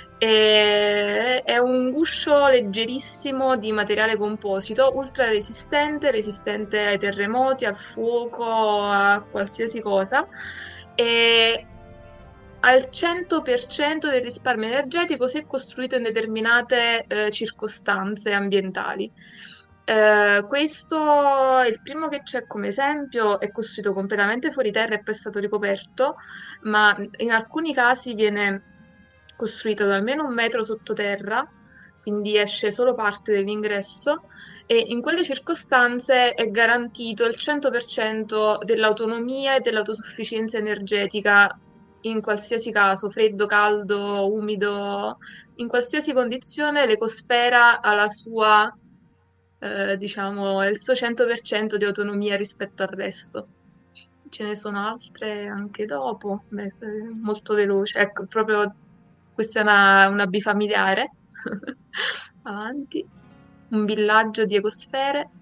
F: E è un guscio leggerissimo di materiale composito, ultra resistente, resistente ai terremoti, al fuoco, a qualsiasi cosa. E al cento per cento del risparmio energetico se costruito in determinate eh, circostanze ambientali. Eh, questo, il primo che c'è come esempio, è costruito completamente fuori terra e poi è stato ricoperto, ma in alcuni casi viene costruito da almeno un metro sottoterra, quindi esce solo parte dell'ingresso e in quelle circostanze è garantito il cento per cento dell'autonomia e dell'autosufficienza energetica in qualsiasi caso, freddo, caldo, umido, in qualsiasi condizione l'ecosfera ha la sua, eh, diciamo, il suo cento per cento di autonomia rispetto al resto. Ce ne sono altre anche dopo, beh, eh, molto veloce. Ecco, proprio questa è una, una bifamiliare. Avanti. un villaggio di ecosfere.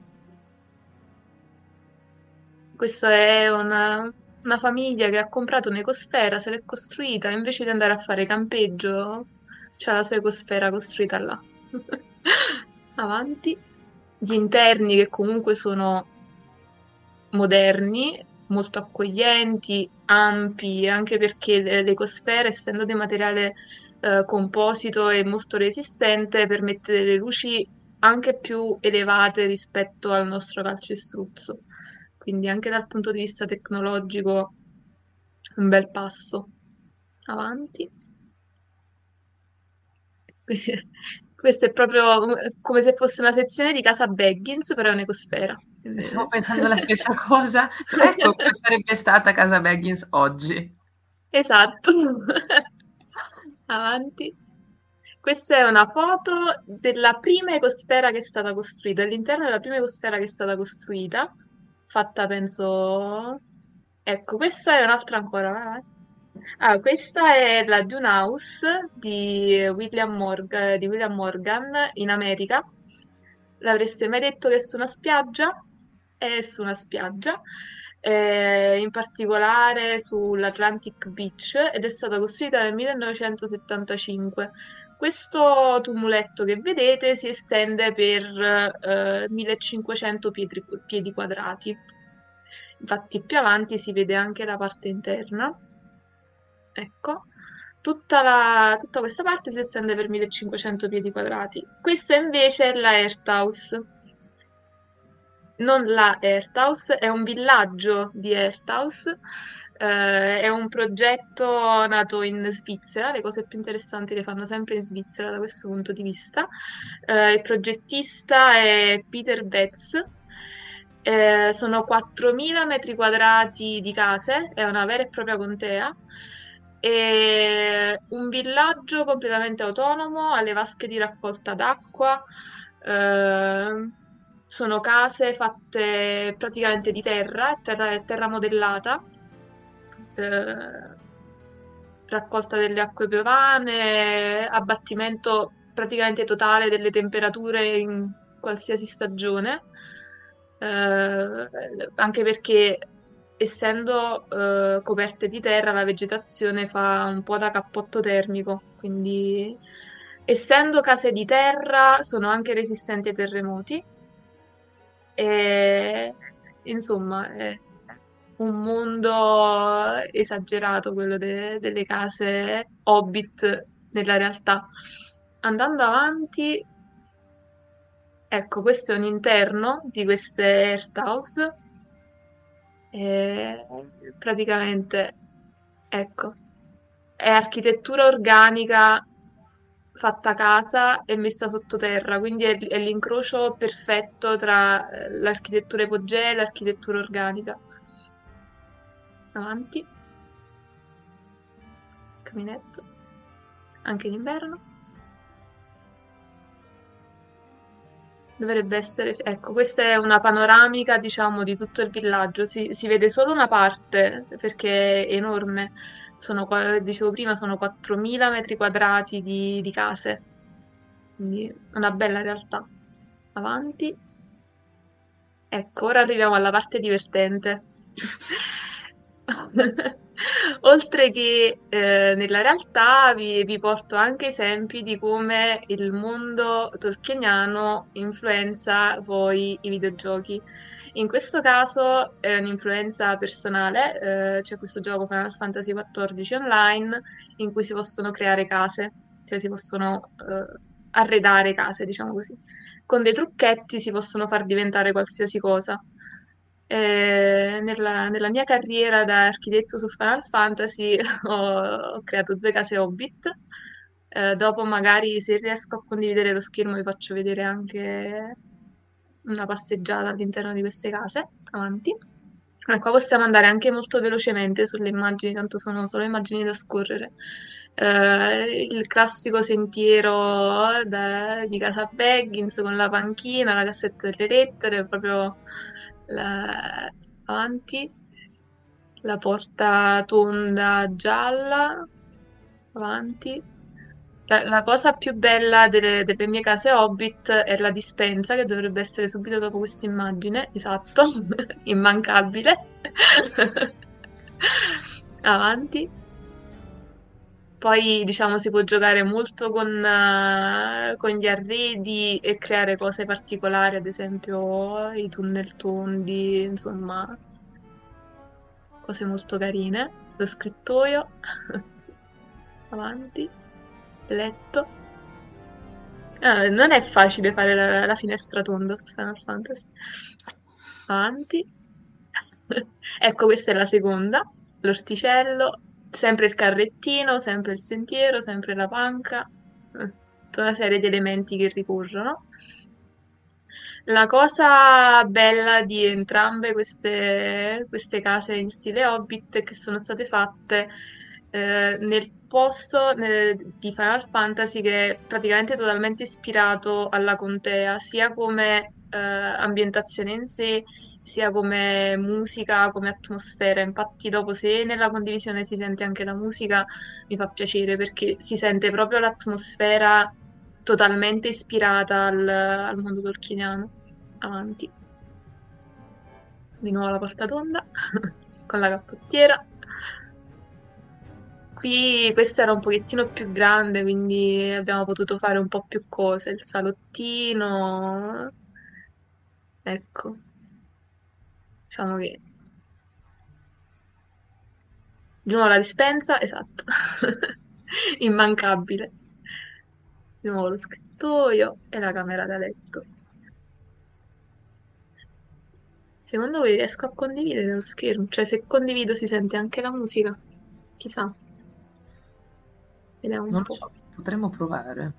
F: Questa è una, una famiglia che ha comprato un'ecosfera, se l'è costruita, invece di andare a fare campeggio, c'ha la sua ecosfera costruita là. Avanti. Gli interni che comunque sono moderni, molto accoglienti, ampi, anche perché le- l'ecosfera, essendo di materiale eh, composito e molto resistente, permette delle luci anche più elevate rispetto al nostro calcestruzzo. Quindi anche dal punto di vista tecnologico un bel passo. Avanti. Questo è proprio eh, come se fosse una sezione di casa Baggins, però è un'ecosfera. Quindi-
E: Stavo pensando la stessa cosa. Ecco come sarebbe stata casa Baggins oggi.
F: Esatto. Avanti. Questa è una foto della prima ecosfera che è stata costruita, all'interno della prima ecosfera che è stata costruita, fatta penso... Ecco, questa è un'altra ancora. vai, vai. Ah, questa è la Dune House di William Morgan, di William Morgan in America. L'avreste mai detto che è su una spiaggia? È su una spiaggia, eh, in particolare sull'Atlantic Beach, ed è stata costruita nel millenovecentosettantacinque. Questo tumuletto che vedete si estende per eh, millecinquecento piedi, piedi quadrati. Infatti più avanti si vede anche la parte interna. Ecco, tutta, la- tutta questa parte si estende per millecinquecento piedi quadrati. Questa invece è la Earth House. Non la Earth House, è un villaggio di Earth House. Eh, è un progetto nato in Svizzera, le cose più interessanti le fanno sempre in Svizzera da questo punto di vista. Eh, il progettista è Peter Betz. Eh, sono quattromila metri quadrati di case, è una vera e propria contea. E un villaggio completamente autonomo, alle vasche di raccolta d'acqua. eh, sono case fatte praticamente di terra, terra, terra modellata, eh, raccolta delle acque piovane, abbattimento praticamente totale delle temperature in qualsiasi stagione, eh, anche perché essendo eh, coperte di terra la vegetazione fa un po' da cappotto termico, quindi essendo case di terra sono anche resistenti ai terremoti e insomma è un mondo esagerato quello de- delle case Hobbit nella realtà. Andando avanti, ecco, questo è un interno di queste Earth House. E praticamente, ecco, è architettura organica fatta a casa e messa sottoterra, quindi è, è l'incrocio perfetto tra eh, l'architettura ipogea e l'architettura organica. Avanti. Caminetto. Anche in inverno. Dovrebbe essere... Ecco, questa è una panoramica, diciamo, di tutto il villaggio. Si, si vede solo una parte, perché è enorme. Sono, qua- dicevo prima, sono quattromila metri quadrati di, di case. Quindi una bella realtà. Avanti. Ecco, ora arriviamo alla parte divertente. Oltre che eh, nella realtà vi, vi porto anche esempi di come il mondo tolkieniano influenza poi i videogiochi. In questo caso è un'influenza personale, eh, c'è questo gioco Final Fantasy quattordici Online in cui si possono creare case, cioè si possono eh, arredare case, diciamo così. Con dei trucchetti si possono far diventare qualsiasi cosa. Eh, nella, nella mia carriera da architetto su Final Fantasy ho, ho creato due case Hobbit. Eh, dopo magari se riesco a condividere lo schermo vi faccio vedere anche una passeggiata all'interno di queste case. Avanti. Ecco, possiamo andare anche molto velocemente sulle immagini, tanto sono solo immagini da scorrere. Eh, il classico sentiero da- di casa Baggins con la panchina, la cassetta delle lettere, proprio la- avanti, la porta tonda gialla, avanti. La, la cosa più bella delle, delle mie case Hobbit è la dispensa che dovrebbe essere subito dopo questa immagine, esatto, immancabile. Avanti. Poi, diciamo, si può giocare molto con, eh, con gli arredi e creare cose particolari, ad esempio i tunnel tondi, insomma, cose molto carine. Lo scrittoio, avanti, letto. Ah, non è facile fare la, la finestra tonda su Final Fantasy. Avanti. Ecco, questa è la seconda, l'orticello, sempre il carrettino, sempre il sentiero, sempre la panca, eh, tutta una serie di elementi che ricorrono. La cosa bella di entrambe queste, queste case in stile Hobbit è che sono state fatte eh, nel posto eh, di Final Fantasy che è praticamente totalmente ispirato alla contea, sia come eh, ambientazione in sé, sia come musica, come atmosfera. Infatti, dopo, se nella condivisione si sente anche la musica, mi fa piacere perché si sente proprio l'atmosfera totalmente ispirata al, al mondo tolkieniano. Avanti. Di nuovo la porta tonda con la cappottiera. Qui questa era un pochettino più grande, quindi abbiamo potuto fare un po' più cose. Il salottino. Ecco. Diciamo che di nuovo la dispensa, esatto. Immancabile. Di nuovo lo scrittoio e la camera da letto. Secondo voi riesco a condividere lo schermo? Cioè, se condivido si sente anche la musica? Chissà. Vediamo un
E: Non lo
F: po'.
E: so, potremmo provare.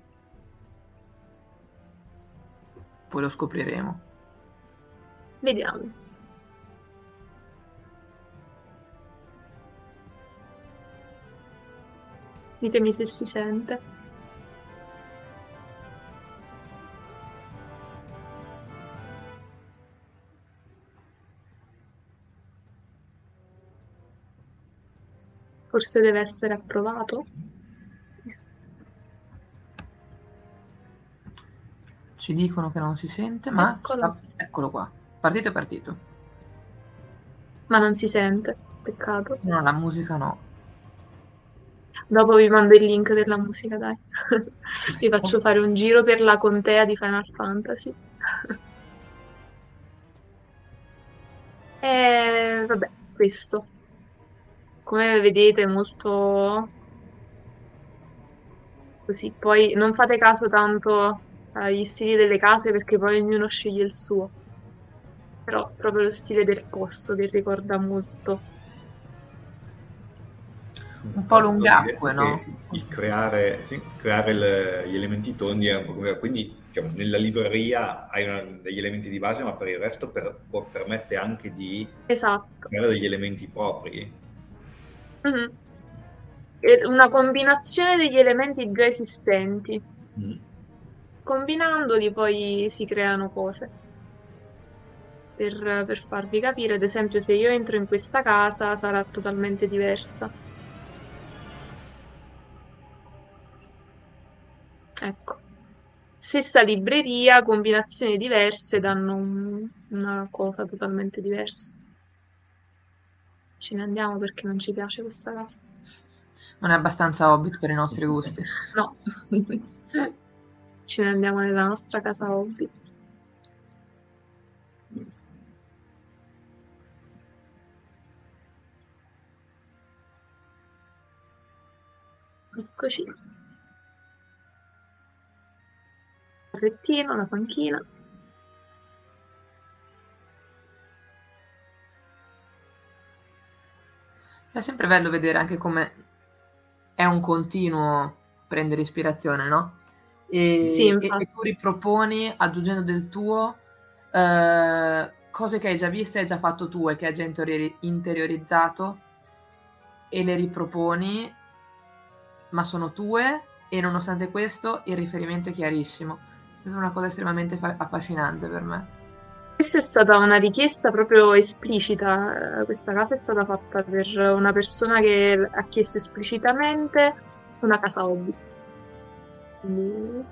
E: Poi lo scopriremo.
F: Vediamo. Ditemi se si sente. Forse deve essere approvato.
E: Ci dicono che non si sente, ma
F: Eccolo.
E: sta- eccolo qua. Partito è partito.
F: Ma non si sente. Peccato.
E: No, la musica no.
F: Dopo vi mando il link della musica, dai. Vi faccio fare un giro per la contea di Final Fantasy. E vabbè, questo. Come vedete, molto così. Poi non fate caso tanto agli stili delle case perché poi ognuno sceglie il suo. Però proprio lo stile del posto che ricorda molto.
E: Un po' lungacque, no?
D: Il creare, sì, creare il- gli elementi tondi è un po' come, quindi diciamo, nella libreria hai una- degli elementi di base, ma per il resto per- può- permette anche di
F: Esatto.
D: creare degli elementi propri.
F: Mhm. E una combinazione degli elementi già esistenti.
D: Mm.
F: Combinandoli poi si creano cose. Per, per farvi capire, ad esempio, se io entro in questa casa sarà totalmente diversa. Ecco. Stessa libreria, combinazioni diverse danno un- una cosa totalmente diversa. Ce ne andiamo perché non ci piace questa casa.
E: Non è abbastanza Hobbit per i nostri gusti.
F: No. Ce ne andiamo nella nostra casa hobby. Eccoci. Carrettino, la panchina.
E: È sempre bello vedere anche come è un continuo prendere ispirazione, no? E,
F: Sì,
E: e-
F: infatti.
E: e tu riproponi aggiungendo del tuo eh, cose che hai già visto e hai già fatto tu e che hai già interiori- interiorizzato e le riproponi, ma sono tue e nonostante questo il riferimento è chiarissimo. È una cosa estremamente fa- affascinante per me.
F: Questa è stata una richiesta proprio esplicita. eh, Questa casa è stata fatta per una persona che ha chiesto esplicitamente una casa hobby. Mm.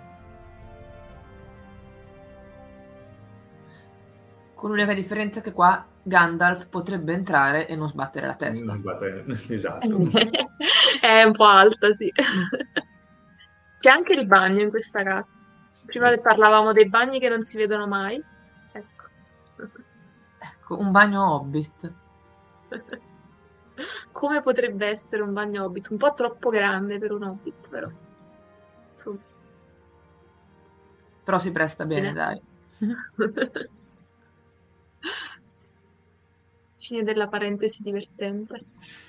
E: Con l'unica differenza che qua Gandalf potrebbe entrare e non sbattere la testa.
D: Non sbattere, esatto.
F: È un po' alta, sì. C'è anche il bagno in questa casa. Prima parlavamo dei bagni che non si vedono mai. Ecco.
E: Ecco, un bagno Hobbit.
F: Come potrebbe essere un bagno Hobbit? Un po' troppo grande per un Hobbit, però. Insomma.
E: Però si presta bene,
F: Fine.
E: dai.
F: Fine della parentesi divertente.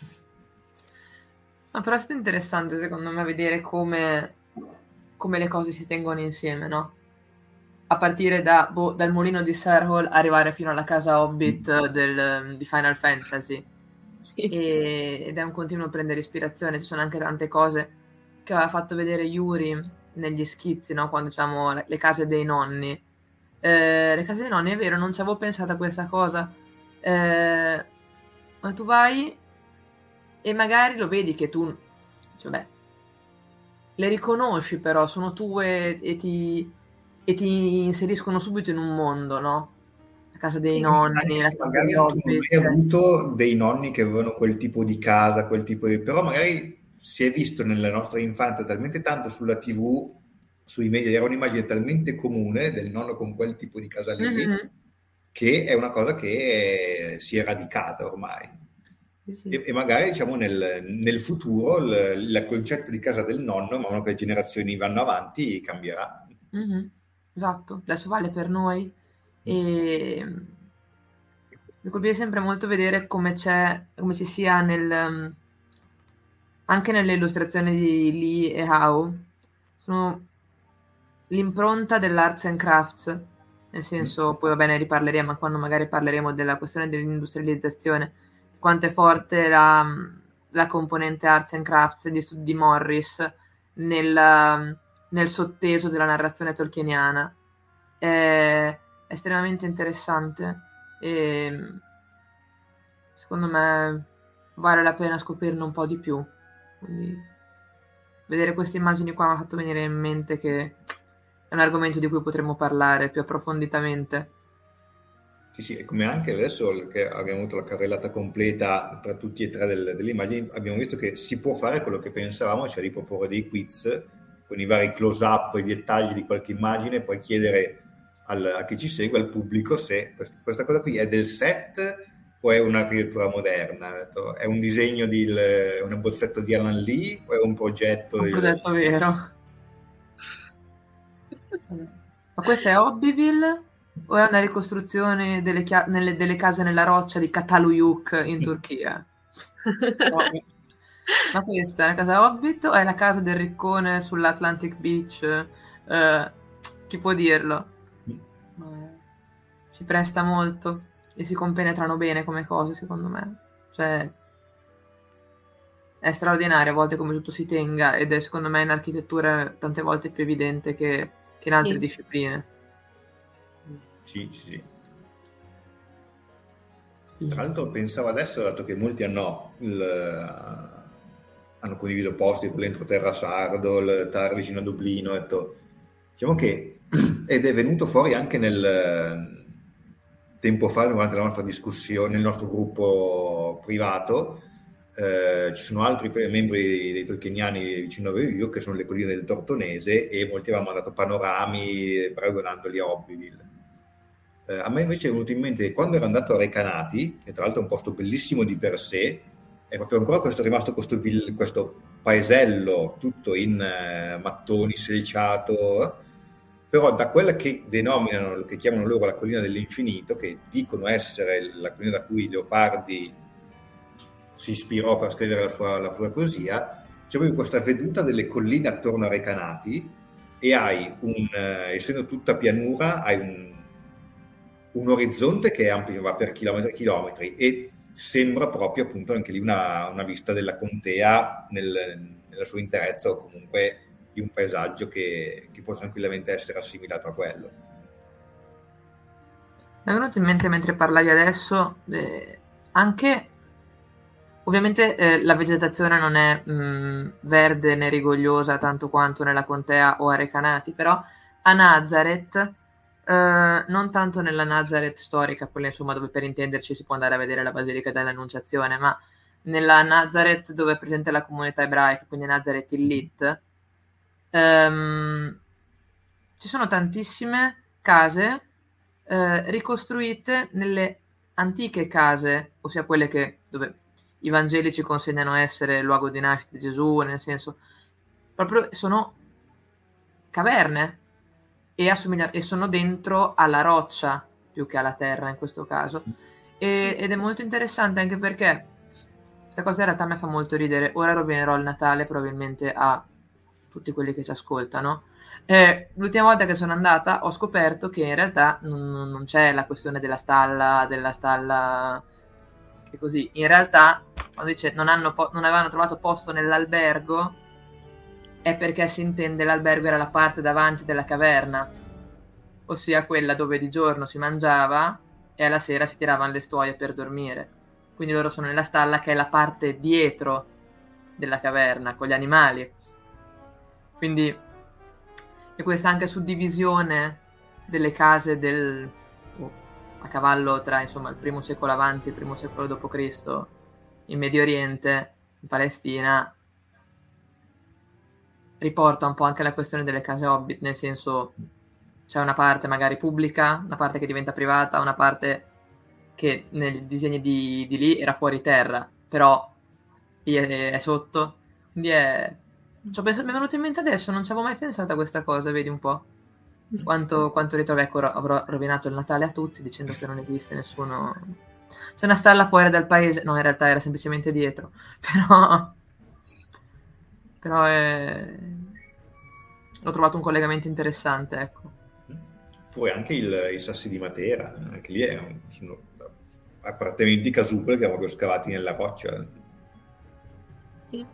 E: Ma però è stato interessante secondo me vedere come, come le cose si tengono insieme, no? A partire da, boh, dal mulino di Serhol arrivare fino alla casa Hobbit del, di Final Fantasy.
F: Sì.
E: E, ed è un continuo prendere ispirazione. Ci sono anche tante cose che aveva fatto vedere Yuri negli schizzi, no? Quando diciamo le case dei nonni. Eh, le case dei nonni, è vero, non ci avevo pensato a questa cosa. Eh, ma tu vai e magari lo vedi che tu, cioè, beh, le riconosci, però sono tue e ti, e ti inseriscono subito in un mondo, no? La casa dei
F: Sì,
E: nonni, la casa
D: magari
E: degli
D: tu non
E: Hobbit.
D: hai avuto dei nonni che avevano quel tipo di casa, quel tipo di... però magari si è visto nella nostra infanzia talmente tanto sulla tivù, sui media, era un'immagine talmente comune del nonno con quel tipo di casa lì,
E: Mhm.
D: che è una cosa che si è radicata ormai.
E: Sì, sì.
D: E, e magari diciamo nel, nel futuro il, il concetto di casa del nonno, man mano che le generazioni vanno avanti, cambierà.
E: Mhm. Esatto, adesso vale per noi e mi colpisce sempre molto vedere come c'è, come ci sia nel, anche nelle illustrazioni di Lee e Howe, sono l'impronta dell'arts and crafts, nel senso, poi va bene, riparleremo quando magari parleremo della questione dell'industrializzazione, quanto è forte la, la componente arts and crafts di, di Morris nel, nel sotteso della narrazione tolkieniana. È estremamente interessante e secondo me vale la pena scoprirne un po' di più. Quindi vedere queste immagini qua mi ha fatto venire in mente che è un argomento di cui potremmo parlare più approfonditamente.
D: Sì, sì, e come anche adesso che abbiamo avuto la carrellata completa tra tutti e tre delle, delle immagini, abbiamo visto che si può fare quello che pensavamo, cioè di proporre dei quiz con i vari close-up, i dettagli di qualche immagine, e poi chiedere al, a chi ci segue, al pubblico, se questa cosa qui è del set o è un'architettura moderna, è un disegno di il, un bozzetto di Alan Lee o è un progetto
E: Un
D: di...
E: progetto vero. Ma questa è Hobbyville o è una ricostruzione delle, chia- nelle, delle case nella roccia di Cataluyuk in Turchia? No. Ma questa è una casa Hobbit o è la casa del riccone sull'Atlantic Beach? Eh, chi può dirlo? Ma si presta molto e si compenetrano bene come cose, secondo me. Cioè, è straordinario a volte come tutto si tenga ed è secondo me in architettura tante volte più evidente che, che in altre
F: Sì.
E: discipline.
D: Sì, sì, sì. Tra l'altro pensavo adesso, dato che molti hanno, il, hanno condiviso posti dentro Terra Sardo, il Tar vicino a Dublino, ho detto, diciamo che, ed è venuto fuori anche nel tempo fa, durante la nostra discussione, nel nostro gruppo privato, eh, ci sono altri membri dei tolkieniani vicino a Vevio che sono le colline del Tortonese e molti avevano mandato panorami paragonandoli a Hobbyville. Eh, a me invece è venuto in mente che quando ero andato a Recanati, che tra l'altro è un posto bellissimo di per sé, è proprio ancora questo, rimasto questo, questo paesello tutto in eh, mattoni, selciato, però da quella che denominano, che chiamano loro la collina dell'infinito, che dicono essere la collina da cui Leopardi si ispirò per scrivere la sua, la sua poesia, c'è proprio questa veduta delle colline attorno a Recanati e hai un, eh, essendo tutta pianura, hai un un orizzonte che è ampio, va per chilometri e chilometri e sembra proprio appunto anche lì una, una vista della contea nel, nella sua interezza o comunque di un paesaggio che, che può tranquillamente essere assimilato a quello.
E: Mi è venuto in mente mentre parlavi adesso eh, anche Ovviamente eh, la vegetazione non è mh, verde né rigogliosa tanto quanto nella contea o a Recanati, però a Nazareth, eh, non tanto nella Nazareth storica, quella insomma dove per intenderci si può andare a vedere la Basilica dell'Annunciazione, ma nella Nazareth dove è presente la comunità ebraica, quindi Nazareth Illit, ehm, ci sono tantissime case eh, ricostruite nelle antiche case, ossia quelle che dove i Vangeli ci consegnano essere il luogo di nascita di Gesù, nel senso, proprio sono caverne e, assomiglia- e sono dentro alla roccia più che alla terra in questo caso. E, ed è molto interessante anche perché questa cosa in realtà mi fa molto ridere. Ora rovinerò il Natale probabilmente a tutti quelli che ci ascoltano. Eh, l'ultima volta che sono andata ho scoperto che in realtà non, non c'è la questione della stalla, della stalla e così. In realtà quando dice non, hanno po- non avevano trovato posto nell'albergo è perché si intende l'albergo era la parte davanti della caverna, ossia quella dove di giorno si mangiava e alla sera si tiravano le stuoie per dormire. Quindi loro sono nella stalla che è la parte dietro della caverna con gli animali. Quindi e questa anche suddivisione delle case del oh, a cavallo tra insomma il primo secolo avanti e il primo secolo dopo Cristo in Medio Oriente, in Palestina, riporta un po' anche la questione delle case hobbit, nel senso c'è una parte magari pubblica, una parte che diventa privata, una parte che nei disegni di, di lì era fuori terra, però lì è, è sotto, quindi è... Ci ho pensato, mi è venuto in mente adesso, non ci avevo mai pensato a questa cosa, vedi un po'. Quanto, quanto ritrovo, ecco, avrò rovinato il Natale a tutti dicendo che non esiste nessuno. C'è una stalla fuori dal paese, no, in realtà era semplicemente dietro, però, però è... ho trovato un collegamento interessante, ecco.
D: Poi anche il, i sassi di Matera, anche lì è un, sono appartamenti casupole che avevano scavati nella roccia.
F: Sì.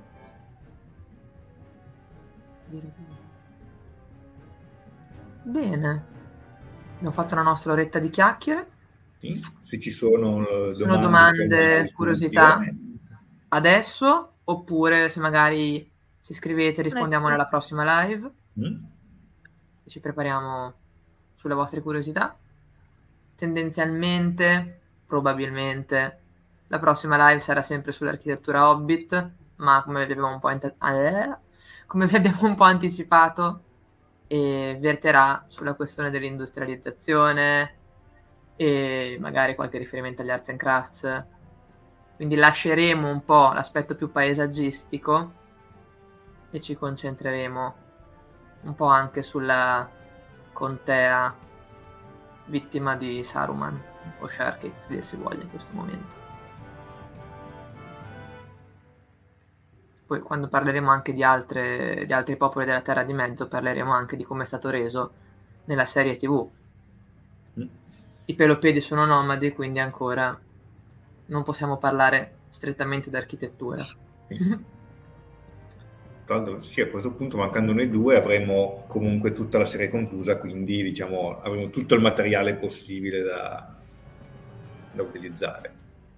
E: Bene, abbiamo fatto la nostra oretta di chiacchiere.
D: Sì, se ci sono domande,
E: sono domande curiosità adesso, oppure se magari ci scrivete rispondiamo ecco. nella prossima live. Mm. Ci prepariamo sulle vostre curiosità. Tendenzialmente, probabilmente, la prossima live sarà sempre sull'architettura Hobbit, ma come vi abbiamo un po', ant- eh, come vi abbiamo un po' anticipato, e verterà sulla questione dell'industrializzazione e magari qualche riferimento agli arts and crafts. Quindi lasceremo un po' l'aspetto più paesaggistico e ci concentreremo un po' anche sulla contea vittima di Saruman o Sharky, se dir si voglia in questo momento. Poi quando parleremo anche di, altre, di altri popoli della Terra di Mezzo parleremo anche di come è stato reso nella serie tivù. Mm. I Pelopedi sono nomadi, quindi ancora non possiamo parlare strettamente di architettura.
D: Tanto sì, a questo punto mancando noi due avremo comunque tutta la serie conclusa, quindi diciamo avremo tutto il materiale possibile da, da utilizzare.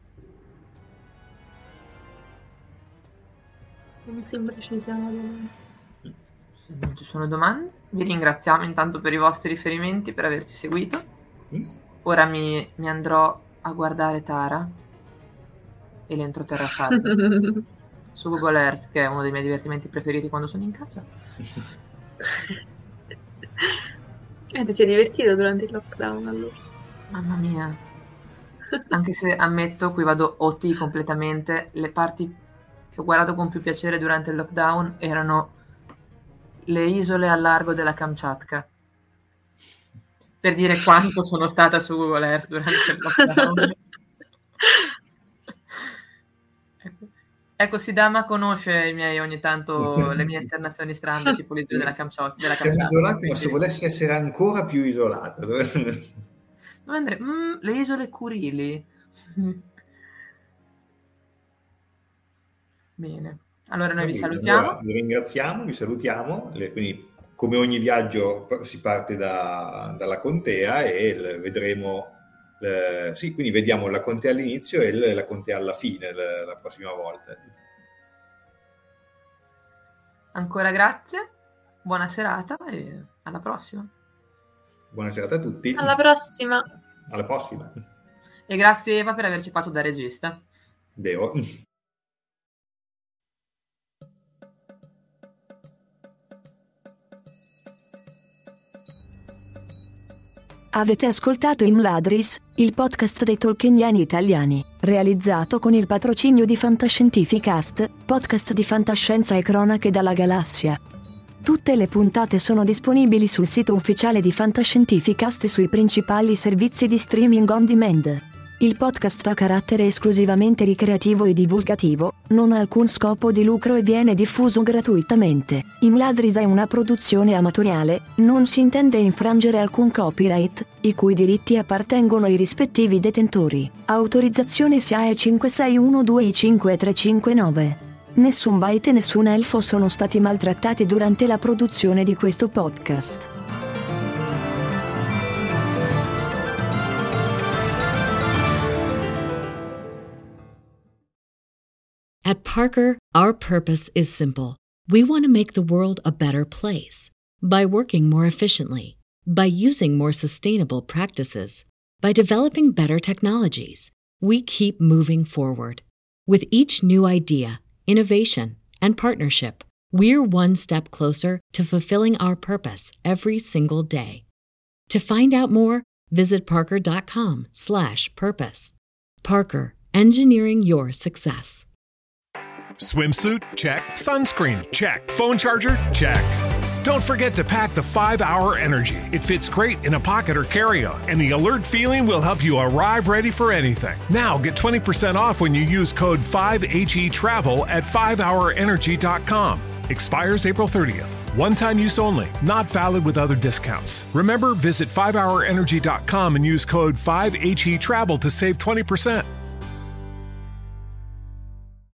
F: Non sembra ci siano domande.
E: Se non ci sono domande, vi ringraziamo intanto per i vostri riferimenti, per averci seguito. Mm. Ora mi, mi andrò a guardare Tara e l'entroterrafardo su Google Earth, che è uno dei miei divertimenti preferiti quando sono in casa.
F: E ti sei divertito durante il lockdown allora?
E: Mamma mia. Anche se ammetto, qui vado O T completamente, le parti che ho guardato con più piacere durante il lockdown erano le isole al largo della Kamchatka, per dire quanto sono stata su Google Earth durante il lockdown. ecco. ecco, Sidama conosce i miei ogni tanto le mie esternazioni strane, tipo le isole della Kamchatka.
D: Siamo isolati, ma se volessi essere ancora più isolata dove,
E: dove andrei? Mm, le isole Curili. Bene, allora noi vi salutiamo.
D: Allora, vi ringraziamo, vi salutiamo. Le, quindi, come ogni viaggio si parte da, dalla contea e le, vedremo Eh, sì, quindi vediamo la contea all'inizio e la contea alla fine la, la prossima volta.
E: Ancora grazie, buona serata e alla prossima.
D: Buona serata a tutti.
F: Alla prossima.
D: Alla prossima.
E: E grazie Eva per averci fatto da regista.
D: Devo.
G: Avete ascoltato Imladris, il podcast dei tolkieniani italiani, realizzato con il patrocinio di Fantascientificast, podcast di fantascienza e cronache dalla galassia. Tutte le puntate sono disponibili sul sito ufficiale di Fantascientificast e sui principali servizi di streaming on demand. Il podcast ha carattere esclusivamente ricreativo e divulgativo, non ha alcun scopo di lucro e viene diffuso gratuitamente. Imladris è una produzione amatoriale, non si intende infrangere alcun copyright, i cui diritti appartengono ai rispettivi detentori. Autorizzazione S I A E cinque sei uno due I cinque tre cinque nove. Nessun Bite e nessun elfo sono stati maltrattati durante la produzione di questo podcast.
A: At Parker, our purpose is simple. We want to make the world a better place. By working more efficiently, by using more sustainable practices, by developing better technologies, we keep moving forward. With each new idea, innovation, and partnership, we're one step closer to fulfilling our purpose every single day. To find out more, visit parker.com slash purpose. Parker, engineering your success.
H: Swimsuit? Check. Sunscreen? Check. Phone charger? Check. Don't forget to pack the five hour Energy. It fits great in a pocket or carry-on, and the alert feeling will help you arrive ready for anything. Now get twenty percent off when you use code five H E travel at five hour energy dot com. Expires April thirtieth. One-time use only. Not valid with other discounts. Remember, visit five hour energy dot com and use code five H E travel to save twenty percent.